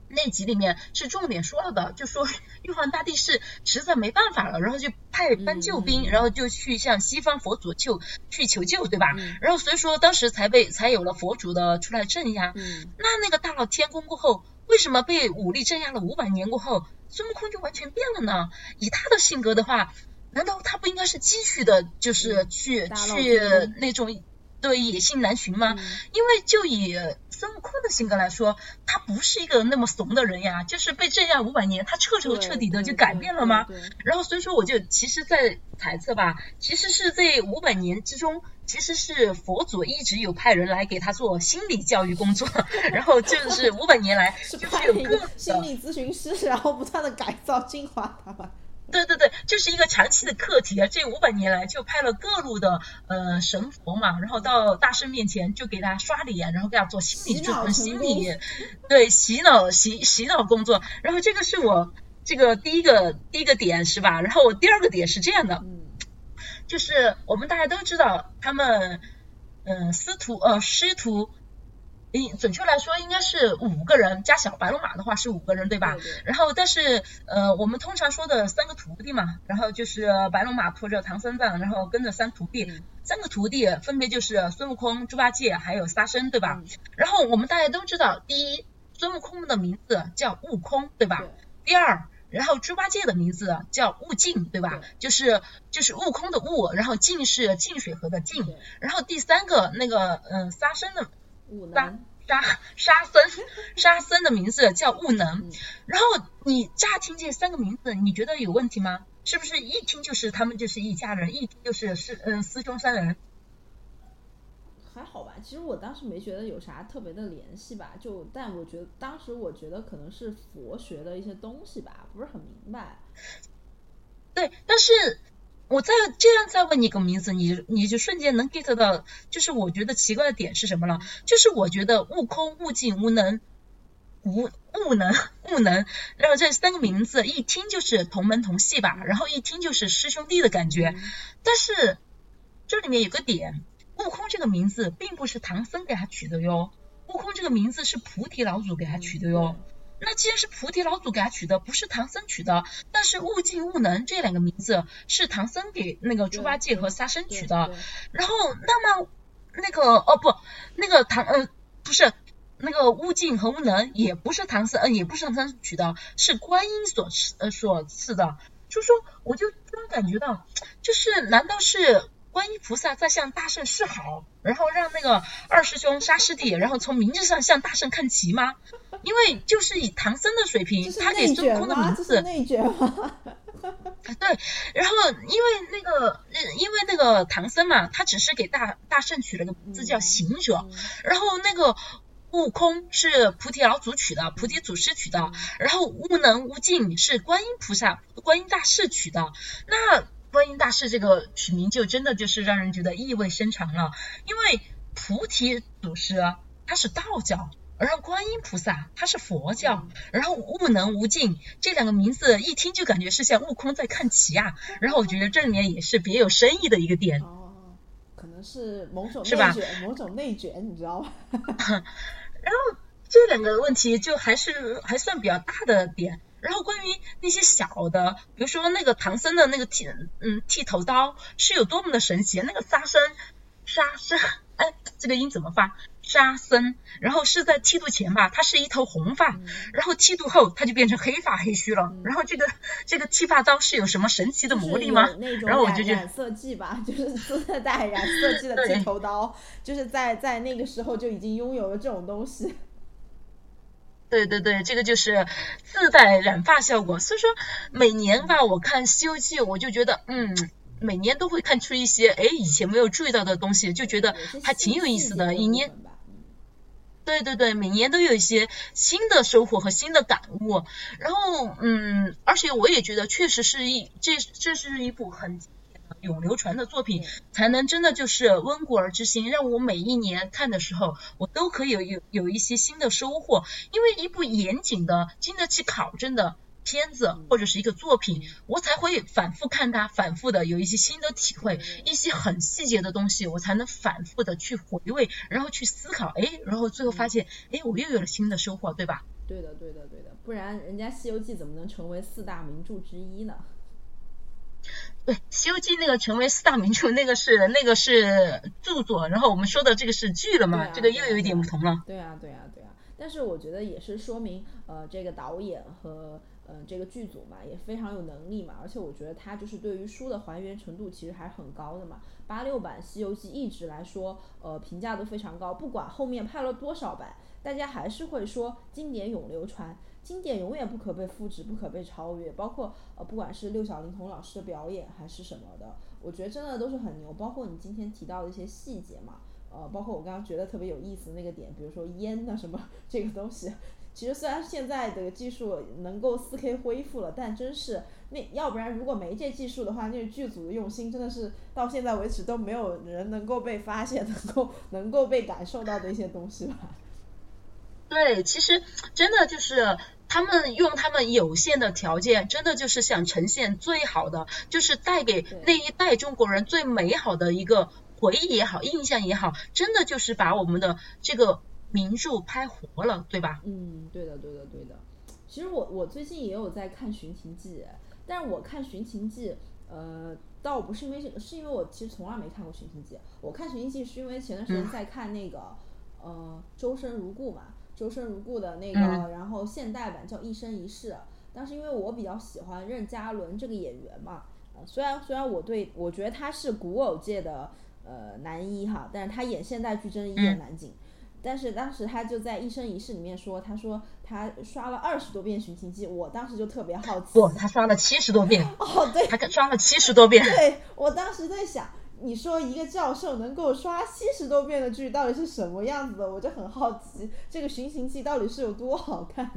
那集里面是重点说了的，就说玉皇大帝是实在没办法了，然后就派搬救兵， 嗯、 然后就去向西方佛祖求去求救，对吧？ 嗯、 然后所以说当时才被才有了佛祖的出来镇压。 嗯、 那那个大闹天宫过后，为什么被武力镇压了五百年过后，孙悟空就完全变了呢？以他的性格的话，难道他不应该是继续的，就是去、 嗯、 去那种对野性难寻吗？ 嗯、 因为就以孙悟空的性格来说，他不是一个那么怂的人呀，就是被镇压五百年，他彻彻彻底的就改变了吗？然后所以说我就其实在猜测吧，其实是这五百年之中，其实是佛祖一直有派人来给他做心理教育工作，然后就是五百年来就是有各种心理咨询师，然后不断的改造净化他吧。 对对对，就是一个长期的课题啊！这五百年来就派了各路的呃神佛嘛，然后到大圣面前就给他刷脸，然后给他做心理治心理对洗脑洗洗脑工作。然后这个是我这个第一个第一个点是吧？然后我第二个点是这样的， 嗯、 就是我们大家都知道他们嗯、呃、师徒呃师徒。准确来说应该是五个人，加小白龙马的话是五个人，对吧？ 对对， 然后但是呃我们通常说的三个徒弟嘛，然后就是白龙马拖着唐三藏，然后跟着三徒弟， 嗯、 三个徒弟分别就是孙悟空、猪八戒还有沙僧，对吧？ 嗯、 然后我们大家都知道，第一，孙悟空的名字叫悟空，对吧？ 对。 第二，然后猪八戒的名字叫悟净，对吧？ 对， 就是就是悟空的悟，然后净是净水河的净。然后第三个那个嗯、呃、沙僧的悟能。 沙沙僧沙僧的名字叫悟能、 嗯、 然后你乍听这三个名字你觉得有问题吗？是不是一听就是他们就是一家人，一听就是是嗯师兄三人？ 还好吧，其实我当时没觉得有啥特别的联系吧，就但我觉得当时我觉得可能是佛学的一些东西吧，不是很明白。 对，但是我再这样再问你个名字，你你就瞬间能 get 到，就是我觉得奇怪的点是什么了？就是我觉得悟空、悟净、悟能、悟悟能、悟能，然后这三个名字一听就是同门同系吧，然后一听就是师兄弟的感觉。 嗯、 但是这里面有个点，悟空这个名字并不是唐僧给他取的哟，悟空这个名字是菩提老祖给他取的哟。 嗯那既然是菩提老祖给他取的，不是唐僧取的，但是悟净悟能这两个名字是唐僧给那个猪八戒和沙僧取的，然后那么那个哦不那个唐呃不是那个悟净和悟能也不是唐僧呃也不是唐僧取的，是观音所呃所赐的，就说我就突然感觉到，就是难道是观音菩萨在向大圣示好，然后让那个二师兄沙师弟然后从名字上向大圣看齐吗？因为就是以唐僧的水平，他给孙悟空的名字内卷吗？ 对，然后因为那个因为那个唐僧嘛，他只是给大大圣取了个名字叫行者， 嗯、 然后那个悟空是菩提老祖取的，菩提祖师取的，然后悟能悟净是观音菩萨观音大士取的，那观音大士这个取名就真的就是让人觉得意味深长了，因为菩提祖师他是道教，然后观音菩萨他是佛教，然后悟能悟净这两个名字一听就感觉是像悟空在看齐啊，然后我觉得这里面也是别有深意的一个点。 哦，可能是某种内是吧卷，某种内卷，你知道吗？ 然后这两个问题就还是还算比较大的点。然后关于那些小的，比如说那个唐僧的那个剃嗯剃头刀是有多么的神奇，那个沙僧沙僧哎这个音怎么发？沙僧，然后是在剃度前吧，他是一头红发， 嗯、 然后剃度后他就变成黑发黑须了。 嗯、 然后这个这个剃发刀是有什么神奇的魔力吗？然后我就觉得染色剂吧，就是自带染色剂的剃头刀，就是在在那个时候就已经拥有了这种东西。 对对对，这个就是自带染发效果。所以说每年吧，我看《西游记》，我就觉得嗯。每年都会看出一些哎以前没有注意到的东西，就觉得还挺有意思的。一年，对对对，每年都有一些新的收获和新的感悟。然后嗯，而且我也觉得确实是一这这是一部很永流传的作品，才能真的就是温故而知新，让我每一年看的时候，我都可以有有有一些新的收获。因为一部严谨的、经得起考证的片子或者是一个作品，我才会反复看它，反复的有一些新的体会，一些很细节的东西我才能反复的去回味，然后去思考，哎，然后最后发现，哎，我又有了新的收获，对吧？ 对的对的对的，不然人家《西游记》怎么能成为四大名著之一呢？ 对，《西游记》那个成为四大名著，那个是那个是著作，然后我们说的这个是剧了嘛， 啊、 这个又有一点不同了。 对啊，对啊，对啊。但是我觉得也是说明，呃，这个导演和呃这个剧组嘛也非常有能力嘛，而且我觉得他就是对于书的还原程度其实还是很高的嘛。八六版《西游记》一直来说，呃，评价都非常高，不管后面拍了多少版，大家还是会说经典永流传。经典永远不可被复制，不可被超越，包括呃，不管是六小龄童老师的表演还是什么的，我觉得真的都是很牛。包括你今天提到的一些细节嘛，呃，包括我刚刚觉得特别有意思的那个点，比如说烟啊什么这个东西，其实虽然现在的技术能够 四 K 恢复了，但真是那要不然如果没这技术的话，那个剧组的用心真的是到现在为止都没有人能够被发现，能够能够被感受到的一些东西吧。 对，其实真的就是他们用他们有限的条件，真的就是想呈现最好的，就是带给那一代中国人最美好的一个回忆也好，印象也好，真的就是把我们的这个名著拍活了，对吧？ 嗯，对的，对的，对的。其实我我最近也有在看《寻秦记》，但是我看《寻秦记》，呃，倒不是因为是因为我其实从来没看过《寻秦记》，我看《寻秦记》是因为前段时间在看那个、嗯、呃《周生如故》嘛。周生如故的那个、嗯、然后现代版叫一生一世，当时因为我比较喜欢任嘉伦这个演员嘛，呃、虽然虽然我对我觉得他是古偶界的呃男一哈，但是他演现代剧真的一言难尽、嗯、但是当时他就在一生一世里面说，他说他刷了二十多遍寻秦记，我当时就特别好奇， 不，他刷了七十多遍哦，对， 他刷了七十多遍， 对，我当时在想你说一个教授能够刷七十多遍的剧到底是什么样子的，我就很好奇这个寻秦记到底是有多好看。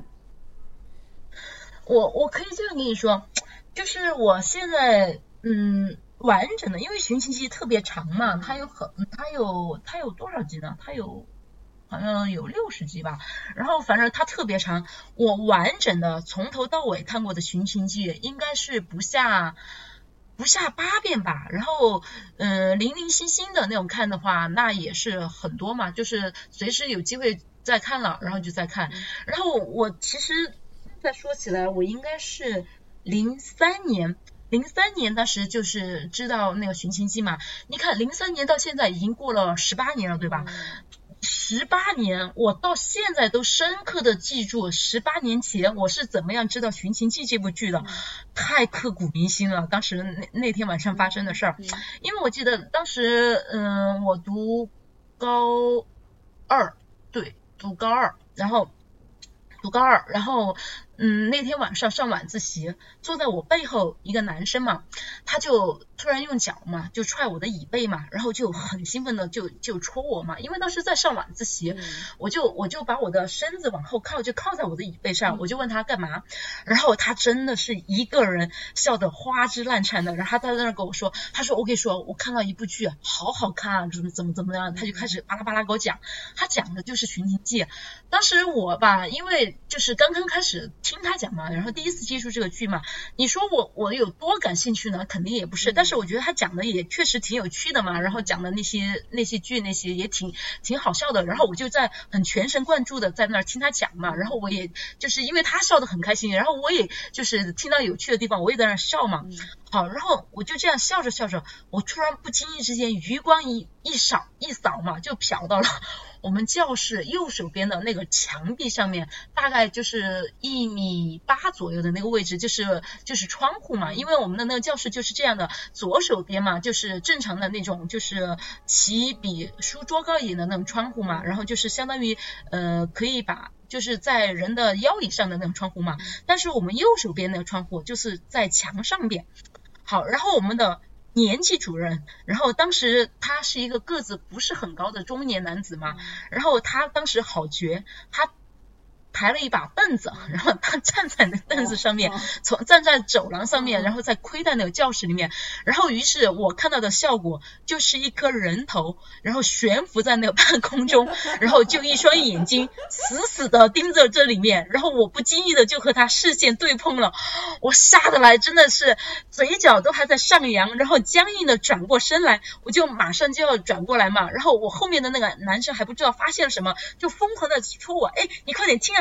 我我可以这样跟你说，就是我现在嗯完整的，因为寻秦记特别长嘛，它有很它有它有多少集呢？它有好像有六十集吧，然后反正它特别长，我完整的从头到尾看过的寻秦记应该是不下不下八遍吧，然后嗯、呃、零零星星的那种看的话，那也是很多嘛，就是随时有机会再看了，然后就再看。然后我其实再说起来，我应该是零三年，零三年当时就是知道那个寻秦记嘛，你看零三年到现在已经过了十八年了，对吧？十八年，我到现在都深刻的记住十八年前我是怎么样知道《寻秦记》这部剧的，太刻骨铭心了。当时那那天晚上发生的事儿，因为我记得当时，嗯、呃，我读高二，对，读高二，然后读高二，然后。嗯，那天晚上上晚自习，坐在我背后一个男生嘛，他就突然用脚嘛，就踹我的椅背嘛，然后就很兴奋的就就戳我嘛，因为当时在上晚自习，嗯、我就我就把我的身子往后靠，就靠在我的椅背上，嗯、我就问他干嘛，然后他真的是一个人笑得花枝乱颤的，然后他在那跟我说，他说我跟你说，我看到一部剧好好看啊，怎么怎么怎么样，他就开始巴拉巴拉给我讲，他讲的就是《寻秦记》，当时我吧，因为就是刚刚开始。听他讲嘛，然后第一次接触这个剧嘛，你说我我有多感兴趣呢？肯定也不是，但是我觉得他讲的也确实挺有趣的嘛，然后讲的那些那些剧那些也挺挺好笑的，然后我就在很全神贯注的在那儿听他讲嘛，然后我也就是因为他笑得很开心，然后我也就是听到有趣的地方我也在那儿笑嘛，好，然后我就这样笑着笑着，我突然不经意之间余光一一扫一扫嘛，就瞟到了我们教室右手边的那个墙壁上面，大概就是一米八左右的那个位置，就是就是窗户嘛，因为我们的那个教室就是这样的，左手边嘛就是正常的那种，就是其比书桌高一点的那种窗户嘛，然后就是相当于呃可以把就是在人的腰以上的那种窗户嘛，但是我们右手边那个窗户就是在墙上边。好，然后我们的年级主任，然后当时他是一个个子不是很高的中年男子嘛，然后他当时好绝，他抬了一把凳子，然后他站在那凳子上面，从站在走廊上面，然后再窥在那个教室里面，然后于是我看到的效果就是一颗人头，然后悬浮在那个半空中，然后就一双眼睛死死的盯着这里面，然后我不经意的就和他视线对碰了，我吓得来真的是嘴角都还在上扬，然后僵硬的转过身来，我就马上就要转过来嘛，然后我后面的那个男生还不知道发现了什么，就疯狂的戳我，哎，你快点听啊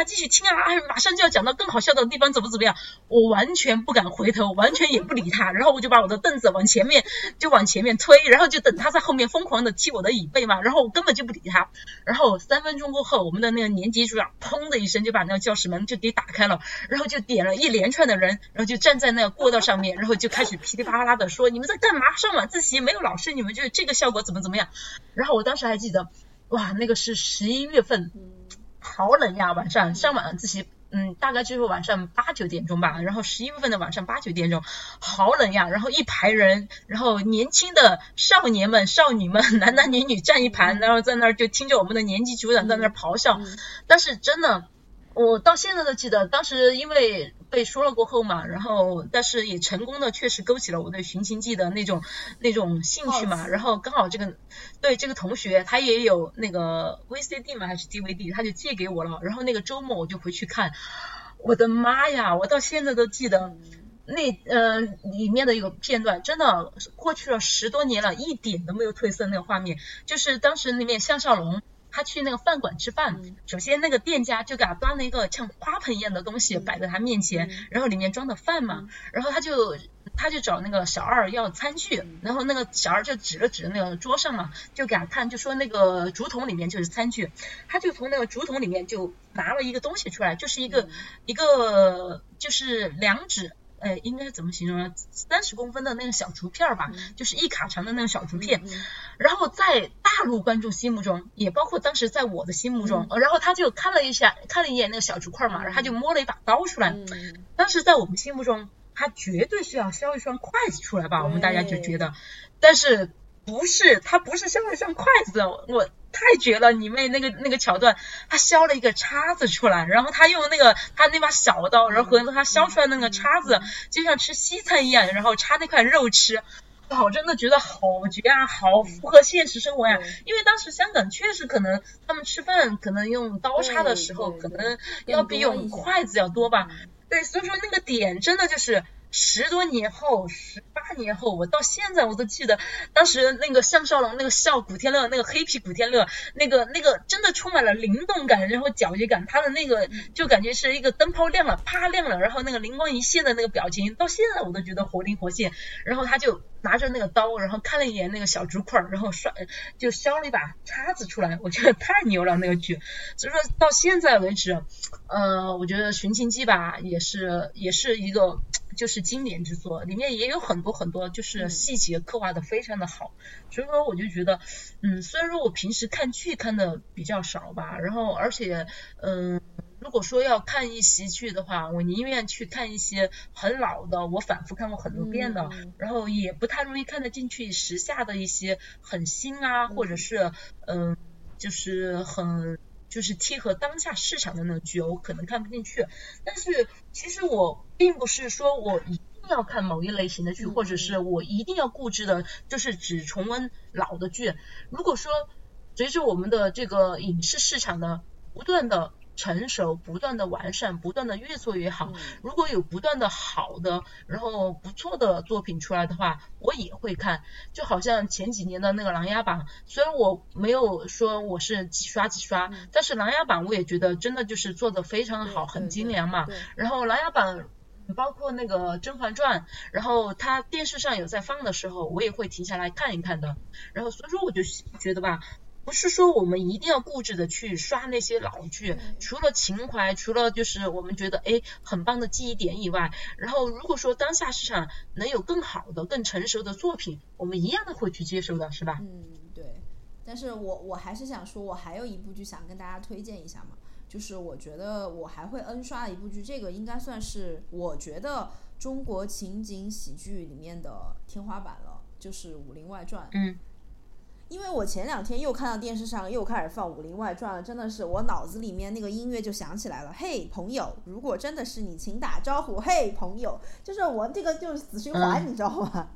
继续听啊，哎，马上就要讲到更好笑的地方，怎么怎么样，我完全不敢回头，完全也不理他，然后我就把我的凳子往前面就往前面推，然后就等他在后面疯狂的踢我的椅背嘛，然后我根本就不理他。然后三分钟过后，我们的那个年级组长砰的一声就把那个教室门就给打开了，然后就点了一连串的人，然后就站在那个过道上面，然后就开始噼里啪啦的说你们在干嘛，上晚自习没有老师，你们就这个效果怎么怎么样。然后我当时还记得，哇，那个是十一月份，好冷呀，晚上上晚自习，嗯，大概就是晚上八九点钟吧，然后十一月份的晚上八九点钟，好冷呀，然后一排人，然后年轻的少年们少女们男男女女站一排，然后在那儿就听着我们的年级组长在那儿咆哮。但是真的我到现在都记得，当时因为被说了过后嘛，然后但是也成功的确实勾起了我对寻秦记的那种那种兴趣嘛，然后刚好这个对这个同学他也有那个 V C D 嘛还是 D V D， 他就借给我了，然后那个周末我就回去看，我的妈呀，我到现在都记得那呃里面的一个片段，真的过去了十多年了，一点都没有褪色。那个画面就是当时那面项少龙他去那个饭馆吃饭，嗯、首先那个店家就给他端了一个像花盆一样的东西摆在他面前，嗯、然后里面装的饭嘛，嗯、然后他就他就找那个小二要餐具，嗯、然后那个小二就指了指那个桌上嘛，就给他看，就说那个竹筒里面就是餐具，他就从那个竹筒里面就拿了一个东西出来，就是一个、嗯、一个就是两指。呃，应该怎么形容呢？三十公分的那个小竹片吧，嗯、就是一卡长的那个小竹片。嗯、然后在大陆观众心目中，也包括当时在我的心目中，嗯、然后他就看了一下，看了一眼那个小竹块嘛，然后他就摸了一把刀出来。嗯、当时在我们心目中，他绝对是要削一双筷子出来吧，我们大家就觉得，但是不是，他不是削了一双筷子，我。太绝了！你妹那个那个桥段，他削了一个叉子出来，然后他用那个他那把小刀，然后和他削出来那个叉子，就像吃西餐一样，然后插那块肉吃。哇，我真的觉得好绝啊，好符合现实生活呀！因为当时香港确实可能他们吃饭可能用刀叉的时候，可能要比用筷子要多吧。对，所以说那个点真的就是。十多年后，十八年后，我到现在我都记得，当时那个项少龙那个笑古天乐，那个黑皮古天乐，那个那个真的充满了灵动感，然后皎洁感，他的那个就感觉是一个灯泡亮了，啪亮了，然后那个灵光一现的那个表情，到现在我都觉得活灵活现。然后他就拿着那个刀，然后看了一眼那个小竹块，然后刷就削了一把叉子出来，我觉得太牛了那个剧。所以说到现在为止，呃，我觉得《寻秦记》吧，也是也是一个。就是经典之作，里面也有很多很多就是细节刻画的非常的好，嗯、所以说我就觉得，嗯，虽然说我平时看剧看的比较少吧，然后而且，嗯，如果说要看一习剧的话，我宁愿去看一些很老的，我反复看过很多遍的，嗯、然后也不太容易看得进去时下的一些很新啊，嗯、或者是嗯，就是很。就是贴合当下市场的那个剧，我可能看不进去。但是其实我并不是说我一定要看某一类型的剧，嗯、或者是我一定要固执的，就是只重温老的剧。如果说随着我们的这个影视市场的不断的成熟，不断的完善，不断的越做越好，嗯、如果有不断的好的然后不错的作品出来的话，我也会看。就好像前几年的那个琅琊榜，虽然我没有说我是几刷几刷，嗯、但是琅琊榜我也觉得真的就是做的非常好，很精良嘛。然后琅琊榜包括那个甄嬛传，然后它电视上有在放的时候，我也会停下来看一看的。然后所以说我就觉得吧，不是说我们一定要固执的去刷那些老剧，除了情怀，除了就是我们觉得哎很棒的记忆点以外，然后如果说当下市场能有更好的更成熟的作品，我们一样的会去接受的，是吧？ 嗯，对。但是我我还是想说，我还有一部剧想跟大家推荐一下嘛，就是我觉得我还会 N 刷的一部剧，这个应该算是我觉得中国情景喜剧里面的天花板了，就是《武林外传》。 嗯。 因为我前两天又看到电视上又开始放《武林外传》了，真的是我脑子里面那个音乐就响起来了。嘿，朋友，如果真的是你，请打招呼。嘿，朋友，就是我这个就是死循环，嗯、你知道吗？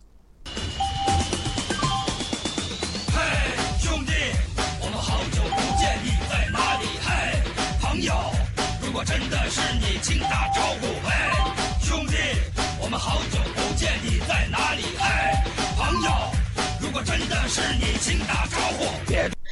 嘿，兄弟，我们好久不见，你在哪里？嘿，朋友，如果真的是你，请打招呼。嘿，兄弟，我们好久不见，你在哪里？嘿，朋友。如果真的是你，请打招呼。 对对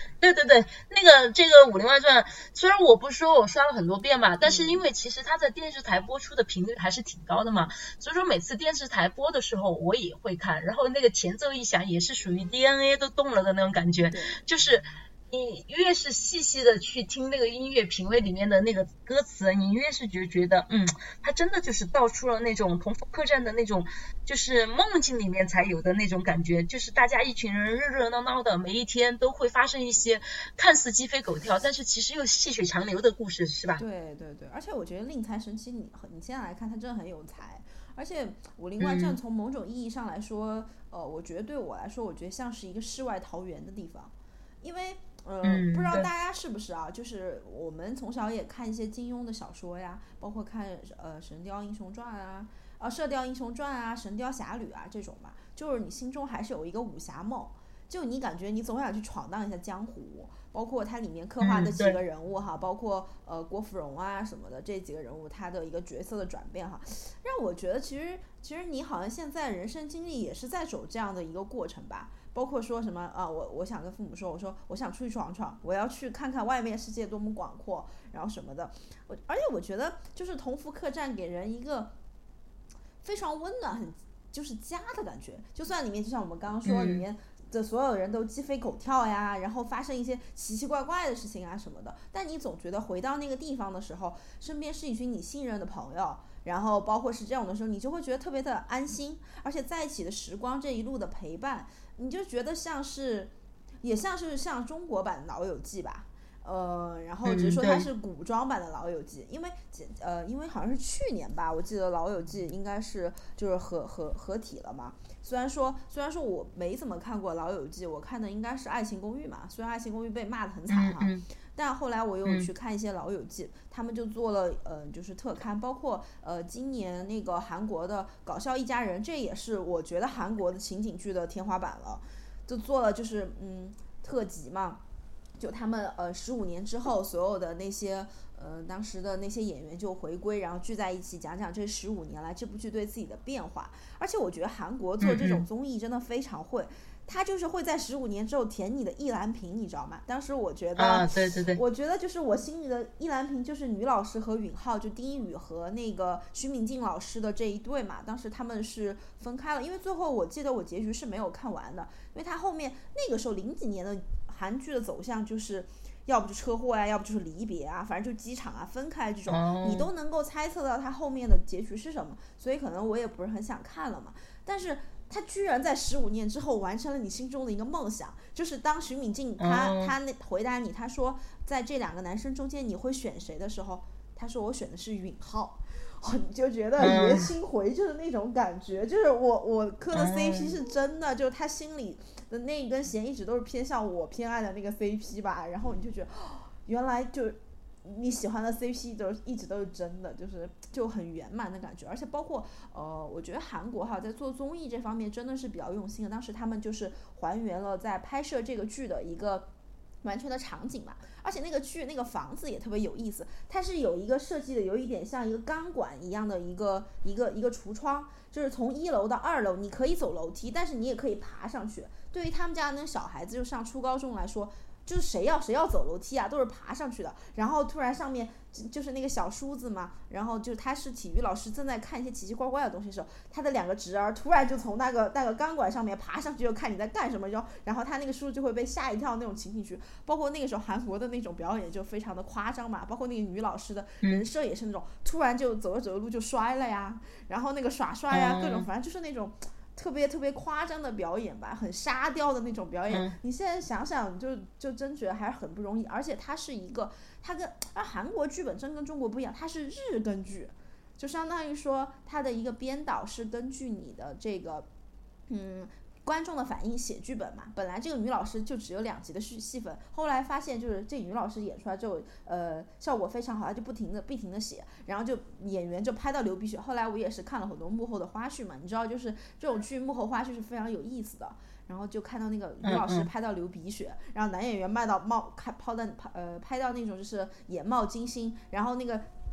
对对，那个这个《武林外传》，虽然我不是说我刷了很多遍吧，但是因为其实它在电视台播出的频率还是挺高的嘛，所以说每次电视台播的时候我也会看，然后那个前奏一响也是属于 D N A 都动了的那种感觉，就是你越是细细的去听那个音乐品味里面的那个歌词，你越是觉觉得嗯，它真的就是道出了那种同福客栈的那种就是梦境里面才有的那种感觉，就是大家一群人热热闹闹的，每一天都会发生一些看似鸡飞狗跳但是其实又细水长流的故事，是吧？ 对对对，而且我觉得令才神奇，你你现在来看他真的很有才，而且《武林外传》从某种意义上来说、嗯、呃，我觉得对我来说我觉得像是一个世外桃源的地方，因为呃、嗯，不知道大家是不是啊？就是我们从小也看一些金庸的小说呀，包括看呃《神雕英雄传》啊、啊《射雕英雄传》啊、《神雕侠侣》啊这种嘛，就是你心中还是有一个武侠梦，就你感觉你总想去闯荡一下江湖。包括它里面刻画的几个人物哈，嗯、包括呃郭芙蓉啊什么的这几个人物，他的一个角色的转变哈，让我觉得其实其实你好像现在人生经历也是在走这样的一个过程吧。包括说什么啊，我我想跟父母说，我说我想出去闯闯，我要去看看外面世界多么广阔，然后什么的。我而且我觉得就是同福客栈给人一个非常温暖、很就是家的感觉。就算里面就像我们刚刚说，里面的所有人都鸡飞狗跳呀，然后发生一些奇奇怪怪的事情啊什么的，但你总觉得回到那个地方的时候，身边是一群你信任的朋友。然后包括是这样的时候，你就会觉得特别的安心，而且在一起的时光这一路的陪伴，你就觉得像是也像是像中国版老友记吧，呃，然后只是说它是古装版的老友记、嗯、因为呃因为好像是去年吧，我记得老友记应该是就是合合合体了嘛。虽然说虽然说我没怎么看过老友记，我看的应该是爱情公寓嘛，虽然爱情公寓被骂得很惨哈、嗯嗯，但后来我又去看一些老友记、嗯、他们就做了呃就是特刊，包括呃今年那个韩国的搞笑一家人，这也是我觉得韩国的情景剧的天花板了，就做了就是嗯特辑嘛，就他们呃十五年之后所有的那些呃当时的那些演员就回归，然后聚在一起讲讲这十五年来这部剧对自己的变化。而且我觉得韩国做这种综艺真的非常会，他就是会在十五年之后填你的意难平，你知道吗？当时我觉得啊，对对对， 我觉得就是我心里的意难平就是女老师和允浩，就丁一宇和那个徐敏静老师的这一对嘛，当时他们是分开了，因为最后我记得我结局是没有看完的，因为他后面那个时候零几年的韩剧的走向就是要不就车祸呀、啊，要不就是离别啊，反正就机场啊分开这种、哦、你都能够猜测到他后面的结局是什么，所以可能我也不是很想看了嘛。但是他居然在十五年之后完成了你心中的一个梦想，就是当徐敏静他、哦、他那回答你，他说在这两个男生中间你会选谁的时候，他说我选的是允浩。哦、你就觉得爷心回就是那种感觉、嗯、就是我我磕的 C P 是真的、嗯、就是他心里的那一根弦一直都是偏向我偏爱的那个 C P 吧，然后你就觉得、哦、原来就你喜欢的 C P 都一直都是真的，就是就很圆满的感觉。而且包括呃，我觉得韩国哈在做综艺这方面真的是比较用心的，当时他们就是还原了在拍摄这个剧的一个完全的场景嘛，而且那个剧那个房子也特别有意思，它是有一个设计的有一点像一个钢管一样的一个一个一个橱窗，就是从一楼到二楼你可以走楼梯，但是你也可以爬上去。对于他们家那小孩子就上初高中来说，就是谁要谁要走楼梯啊，都是爬上去的。然后突然上面就是那个小叔子嘛，然后就他是体育老师，正在看一些奇奇怪怪的东西的时候，他的两个侄儿突然就从那个那个钢管上面爬上去，就看你在干什么，然后他那个叔叔就会被吓一跳那种情景剧。包括那个时候韩国的那种表演就非常的夸张嘛，包括那个女老师的人设也是那种突然就走着走着路就摔了呀，然后那个耍帅呀，各种反正就是那种特别特别夸张的表演吧，很沙雕的那种表演、嗯、你现在想想就就真觉得还是很不容易。而且它是一个它跟而韩国剧本真跟中国不一样，它是日更剧，就相当于说它的一个编导是根据你的这个嗯观众的反应写剧本嘛。本来这个女老师就只有两集的戏份，后来发现就是这女老师演出来之后呃效果非常好，她就不停的不停的写，然后就演员就拍到流鼻血。后来我也是看了很多幕后的花絮嘛，你知道就是这种剧幕后花絮是非常有意思的，然后就看到那个女老师拍到流鼻血，嗯嗯然后男演员卖到冒拍抛到呃拍到那种就是眼冒金星，然后那个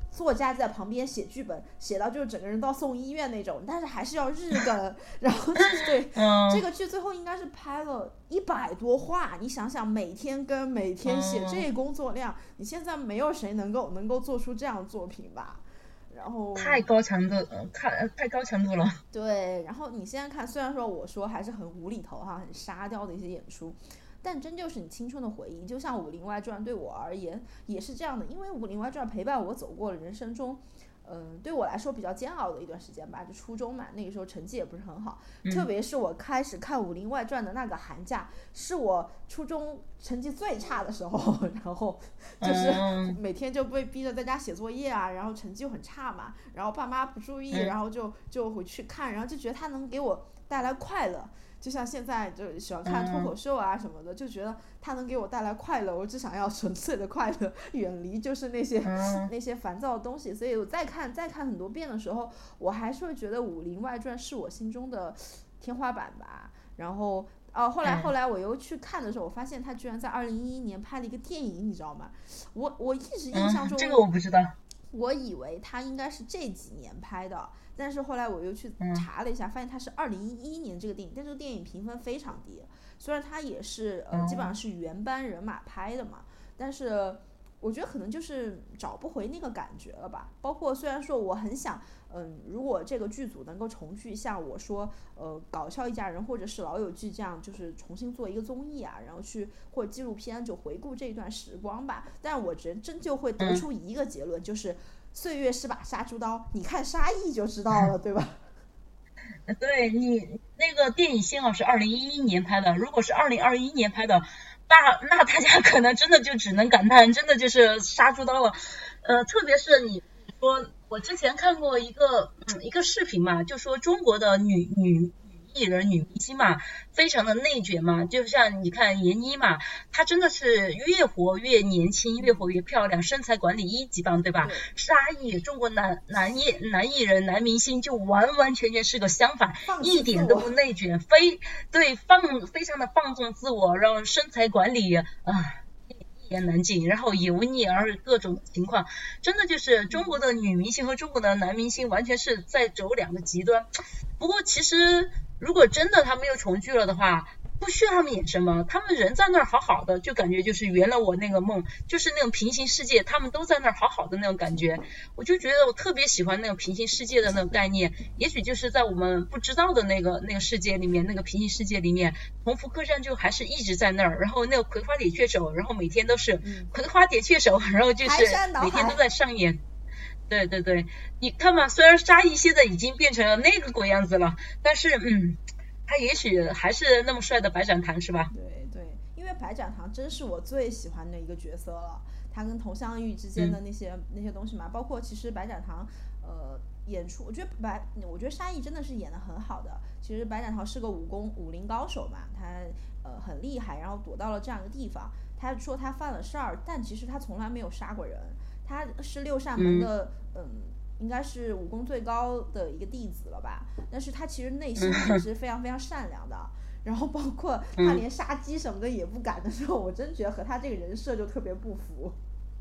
作家在旁边写剧本，写到就是整个人都要送医院那种，但是还是要日更。然后对、嗯、这个剧最后应该是拍了一百多话，你想想每天跟每天写这工作量、嗯，你现在没有谁能够能够做出这样的作品吧？然后太高强度，太太高强度了。 对，然后你现在看，虽然说我说还是很无厘头哈，很沙雕的一些演出。但真就是你青春的回忆，就像《武林外传》对我而言也是这样的，因为《武林外传》陪伴我走过了人生中，嗯，对我来说比较煎熬的一段时间吧，就初中嘛，那个时候成绩也不是很好，嗯、特别是我开始看《武林外传》的那个寒假，是我初中成绩最差的时候，然后就是每天就被逼着在家写作业啊，然后成绩又很差嘛，然后爸妈不注意，然后就就回去看，然后就觉得它能给我带来快乐。就像现在就喜欢看脱口秀啊什么的、嗯、就觉得它能给我带来快乐，我只想要纯粹的快乐，远离就是那些、嗯、那些烦躁的东西。所以我再看再看很多遍的时候，我还是会觉得《武林外传》是我心中的天花板吧。然后哦，后来后来我又去看的时候，我发现他居然在二零一一年拍了一个电影，你知道吗？我我一直印象中、 嗯、这个我不知道， 我以为他应该是这几年拍的，但是后来我又去查了一下、嗯、发现他是二零一一年这个电影，但这个电影评分非常低，虽然他也是呃基本上是原班人马拍的嘛，但是我觉得可能就是找不回那个感觉了吧。包括虽然说我很想嗯，如果这个剧组能够重聚像我说呃搞笑一家人或者是老友记这样，就是重新做一个综艺啊，然后去或者纪录片就回顾这一段时光吧，但我真真就会得出一个结论、嗯、就是岁月是把杀猪刀，你看沙溢就知道了，对吧？ 对，你那个电影幸好是二零一一年拍的，如果是二零二一年拍的，那那大家可能真的就只能感叹，真的就是杀猪刀了。呃，特别是你说，我之前看过一个嗯一个视频嘛，就说中国的女女。艺人女明星嘛，非常的内卷嘛，就像你看闫妮嘛，她真的是越活越年轻，越活越漂亮，身材管理一级棒，对吧？沙溢，中国男男艺男艺人男明星就完完全全是个相反，一点都不内卷，非对放非常的放纵自我，然后身材管理啊。一言难尽，然后油腻而各种情况，真的就是中国的女明星和中国的男明星完全是在走两个极端。不过其实如果真的他们又重聚了的话，不需要他们演什么，他们人在那儿好好的，就感觉就是圆了我那个梦，就是那种平行世界，他们都在那儿好好的那种感觉。我就觉得我特别喜欢那种平行世界的那种概念，也许就是在我们不知道的那个那个世界里面，那个平行世界里面，同福客栈就还是一直在那儿，然后那个葵花点雀手，然后每天都是葵花点雀手，然后就是每天都在上演。对对对，你看嘛，虽然沙溢现在已经变成了那个鬼样子了，但是嗯。他也许还是那么帅的白展堂，是吧？ 对对，因为白展堂真是我最喜欢的一个角色了，他跟佟湘玉之间的那些、嗯、那些东西嘛，包括其实白展堂呃演出，我觉得白我觉得沙溢真的是演得很好的。其实白展堂是个武功武林高手嘛，他呃很厉害，然后躲到了这样一个地方。他说他犯了事儿，但其实他从来没有杀过人，他是六扇门的嗯。嗯应该是武功最高的一个弟子了吧，但是他其实内心也是非常非常善良的，然后包括他连杀鸡什么的也不敢的时候，我真觉得和他这个人设就特别不符。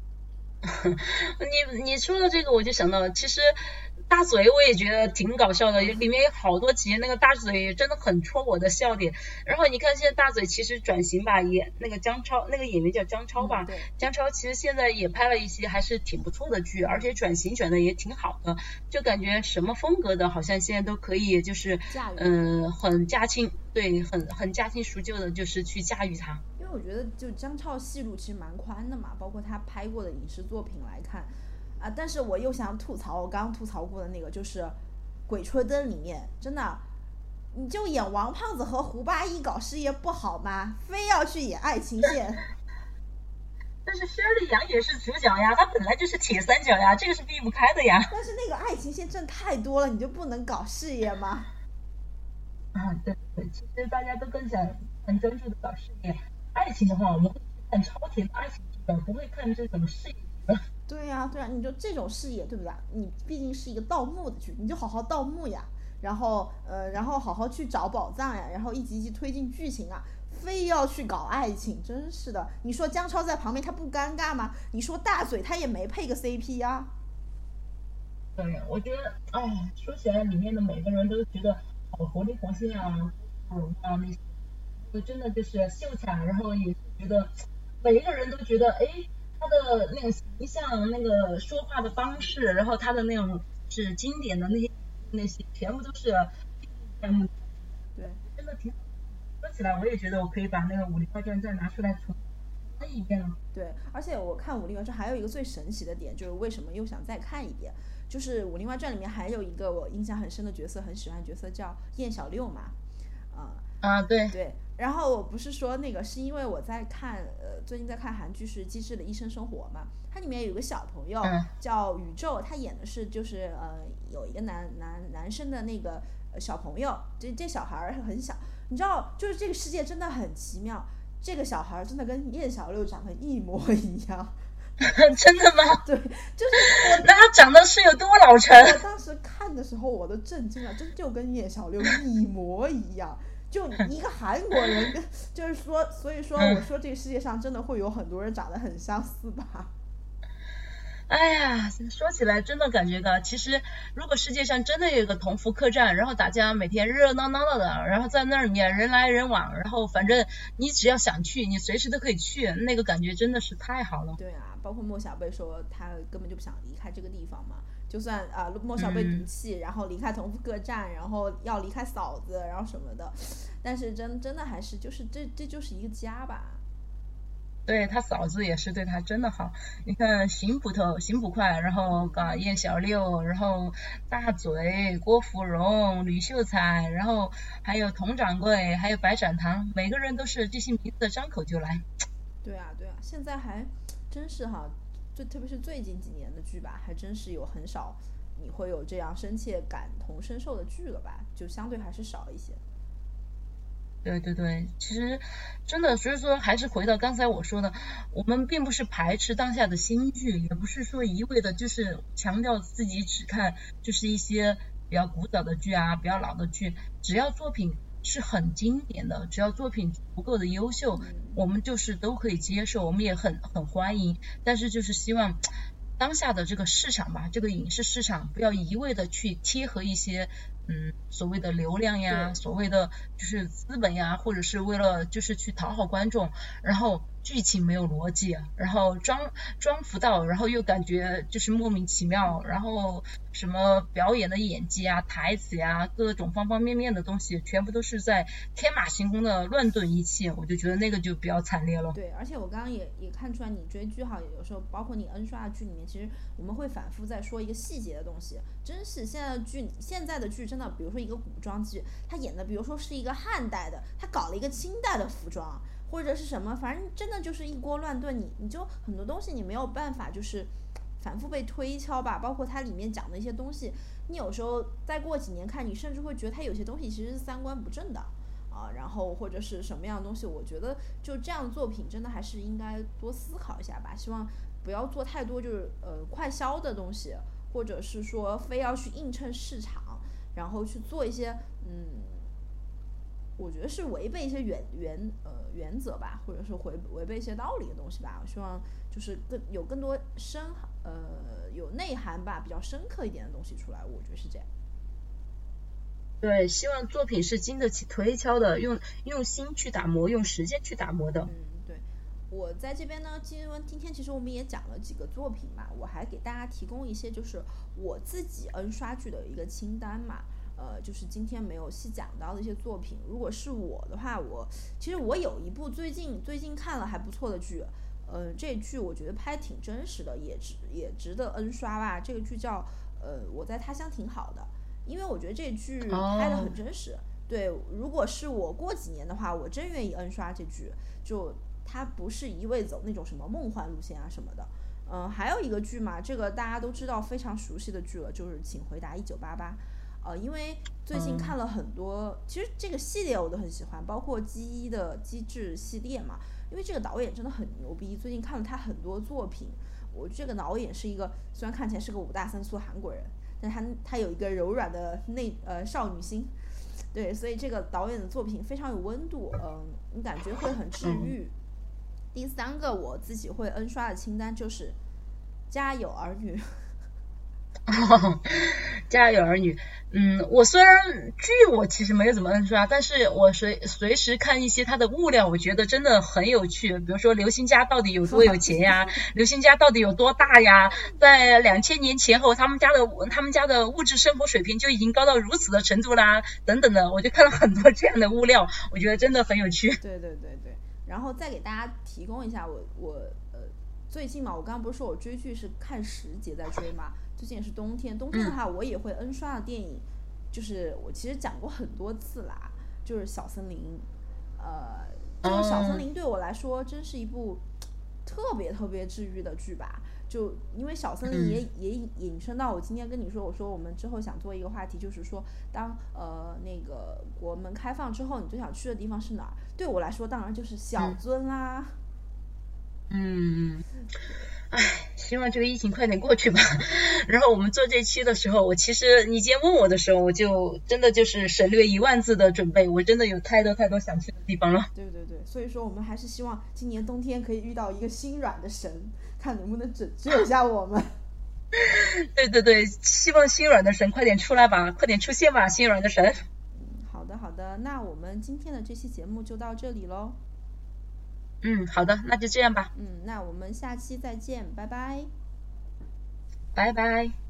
你你说的这个我就想到了，其实大嘴我也觉得挺搞笑的，里面有好多集那个大嘴真的很戳我的笑点。然后你看现在大嘴其实转型吧，演那个姜超，那个演员叫姜超吧、嗯、姜超其实现在也拍了一些还是挺不错的剧，而且转型转的也挺好的，就感觉什么风格的好像现在都可以，就是嗯、呃、很驾轻，对，很很驾轻熟就的就是去驾驭它。 因为我觉得就姜超戏路其实蛮宽的嘛，包括他拍过的影视作品来看啊，但是我又想吐槽我刚刚吐槽过的那个，就是《鬼吹灯》里面真的，你就演王胖子和胡八一搞事业不好吗？非要去演爱情线。 但是薛丽阳也是主角呀，他本来就是铁三角呀，这个是避不开的呀。 但是那个爱情线挣太多了，你就不能搞事业吗？ 啊，对对，其实大家都更想很专注的搞事业。爱情的话，我们会看超甜的爱情剧本，不会看这种事业剧本。 对呀、啊、对呀、啊，你就这种事业对不对？你毕竟是一个盗墓的剧，你就好好盗墓呀，然后呃，然后好好去找宝藏呀，然后一集一集推进剧情啊，非要去搞爱情，真是的。你说姜超在旁边他不尴尬吗？你说大嘴他也没配个 C P 啊。 对，我觉得，哎，说起来里面的每个人都觉得好活灵活现啊，容啊那些，就真的就是秀才，然后也觉得每一个人都觉得，哎，他的那个形象、那个说话的方式，然后他的那种是经典的那些那些，全部都是，嗯， 对， 真的挺好。说起来，我也觉得我可以把那个《武林外传》再拿出来重看一遍了。 对，而且我看《武林外传》还有一个最神奇的点，就是为什么又想再看一遍，就是《武林外传》里面还有一个我印象很深的角色，很喜欢的角色叫燕小六嘛，啊、 啊，对， 对，然后我不是说那个，是因为我在看，呃，最近在看韩剧是《机智的医生生活》嘛，它里面有一个小朋友嗯叫宇宙，他演的是就是呃有一个男男男生的那个呃小朋友，这这小孩儿很小，你知道，就是这个世界真的很奇妙，这个小孩真的跟燕小六长得一模一样。 真的吗？ 对，就是我那他长得是有多老成？ 我当时看的时候我都震惊了，真就跟燕小六一模一样。就一个韩国人跟，就是说，所以说我说这个世界上真的会有很多人长得很相似吧。 哎呀，说起来真的感觉到，其实如果世界上真的有一个同福客栈，然后大家每天热热闹闹的，然后在那里面人来人往，然后反正你只要想去，你随时都可以去，那个感觉真的是太好了。 对啊，包括莫小贝说他根本就不想离开这个地方嘛，就算啊、呃、莫小贝赌气、嗯，然后离开同福客栈，然后要离开嫂子，然后什么的，但是真真的还是就是这这就是一个家吧。 对他嫂子也是对他真的好，你看邢捕头、邢捕快，然后搞燕小六，然后大嘴、郭芙蓉、吕秀才，然后还有佟掌柜，还有白展堂，每个人都是这些名字张口就来。 对啊，对啊，现在还真是哈，就特别是最近几年的剧吧，还真是有很少你会有这样深切感同身受的剧了吧，就相对还是少一些。 对对对，其实真的，所以说还是回到刚才我说的，我们并不是排斥当下的新剧，也不是说一味的就是强调自己只看就是一些比较古早的剧啊，比较老的剧，只要作品是很经典的，只要作品足够的优秀，我们就是都可以接受，我们也很很欢迎，但是就是希望当下的这个市场吧，这个影视市场不要一味的去贴合一些嗯所谓的流量呀，所谓的就是资本呀，或者是为了就是去讨好观众，然后剧情没有逻辑，然后装装浮道，然后又感觉就是莫名其妙，然后什么表演的演技啊、台词呀，各种方方面面的东西，全部都是在天马行空的乱炖一气，我就觉得那个就比较惨烈了。 对，而且我刚刚也也看出来，你追剧哈，有时候包括你 N 刷的剧里面，其实我们会反复在说一个细节的东西，真是现在的剧，现在的剧真的，比如说一个古装剧，他演的比如说是一个汉代的，他搞了一个清代的服装，或者是什么，反正真的就是一锅乱炖，你你就很多东西你没有办法就是反复被推敲吧，包括它里面讲的一些东西，你有时候再过几年看，你甚至会觉得它有些东西其实是三观不正的啊，然后或者是什么样的东西，我觉得就这样的作品真的还是应该多思考一下吧，希望不要做太多就是呃快消的东西，或者是说非要去映衬市场，然后去做一些嗯。我觉得是违背一些原原呃原则吧，或者是违违背一些道理的东西吧。我希望就是更有更多深呃有内涵吧，比较深刻一点的东西出来，我觉得是这样。 对，希望作品是经得起推敲的，用用心去打磨，用时间去打磨的。 嗯，对。我在这边呢，今今天其实我们也讲了几个作品嘛，我还给大家提供一些就是我自己 N 刷剧的一个清单嘛。呃，就是今天没有细讲到的一些作品。如果是我的话，我其实我有一部最近最近看了还不错的剧，呃，这剧我觉得拍挺真实的，也值也值得 N 刷吧。这个剧叫呃我在他乡挺好的，因为我觉得这剧拍得很真实。Oh. 对，如果是我过几年的话，我真愿意 N 刷这剧，就它不是一味走那种什么梦幻路线啊什么的。嗯、呃，还有一个剧嘛，这个大家都知道非常熟悉的剧了，就是《请回答一九八八》。呃，因为最近看了很多，嗯、其实这个系列我都很喜欢，包括机一的机智系列嘛。因为这个导演真的很牛逼，最近看了他很多作品。我这个导演是一个虽然看起来是个五大三粗韩国人，但他他有一个柔软的内呃少女心，对，所以这个导演的作品非常有温度，嗯、呃，你感觉会很治愈。第三个我自己会 N 刷的清单就是《家有儿女》。 家有儿女，嗯，我虽然剧我其实没有怎么摁刷，但是我随随时看一些它的物料，我觉得真的很有趣。比如说刘星家到底有多有钱呀？刘星家到底有多大呀？在两千年前后，他们家的他们家的物质生活水平就已经高到如此的程度啦，等等的，我就看了很多这样的物料，我觉得真的很有趣。 对对对对，然后再给大家提供一下，我我呃最近嘛，我刚刚不是说我追剧是看时节在追嘛，最近也是冬天，冬天的话我也会 N 刷的电影，就是我其实讲过很多次啦，就是小森林，呃，这个小森林对我来说真是一部特别特别治愈的剧吧。就因为小森林也、嗯、也引申到我今天跟你说，我说我们之后想做一个话题，就是说当呃那个国门开放之后，你最想去的地方是哪儿？对我来说，当然就是小樽啦。 嗯，唉，希望这个疫情快点过去吧。然后我们做这期的时候，我其实你今天问我的时候，我就真的就是省略一万字的准备，我真的有太多太多想去的地方了。 对对对，所以说我们还是希望今年冬天可以遇到一个心软的神，看能不能拯救一下我们。 对对对，希望心软的神快点出来吧，快点出现吧，心软的神。 嗯，好的好的，那我们今天的这期节目就到这里咯。 嗯，好的，那就这样吧。 嗯，那我们下期再见，拜拜。 拜拜。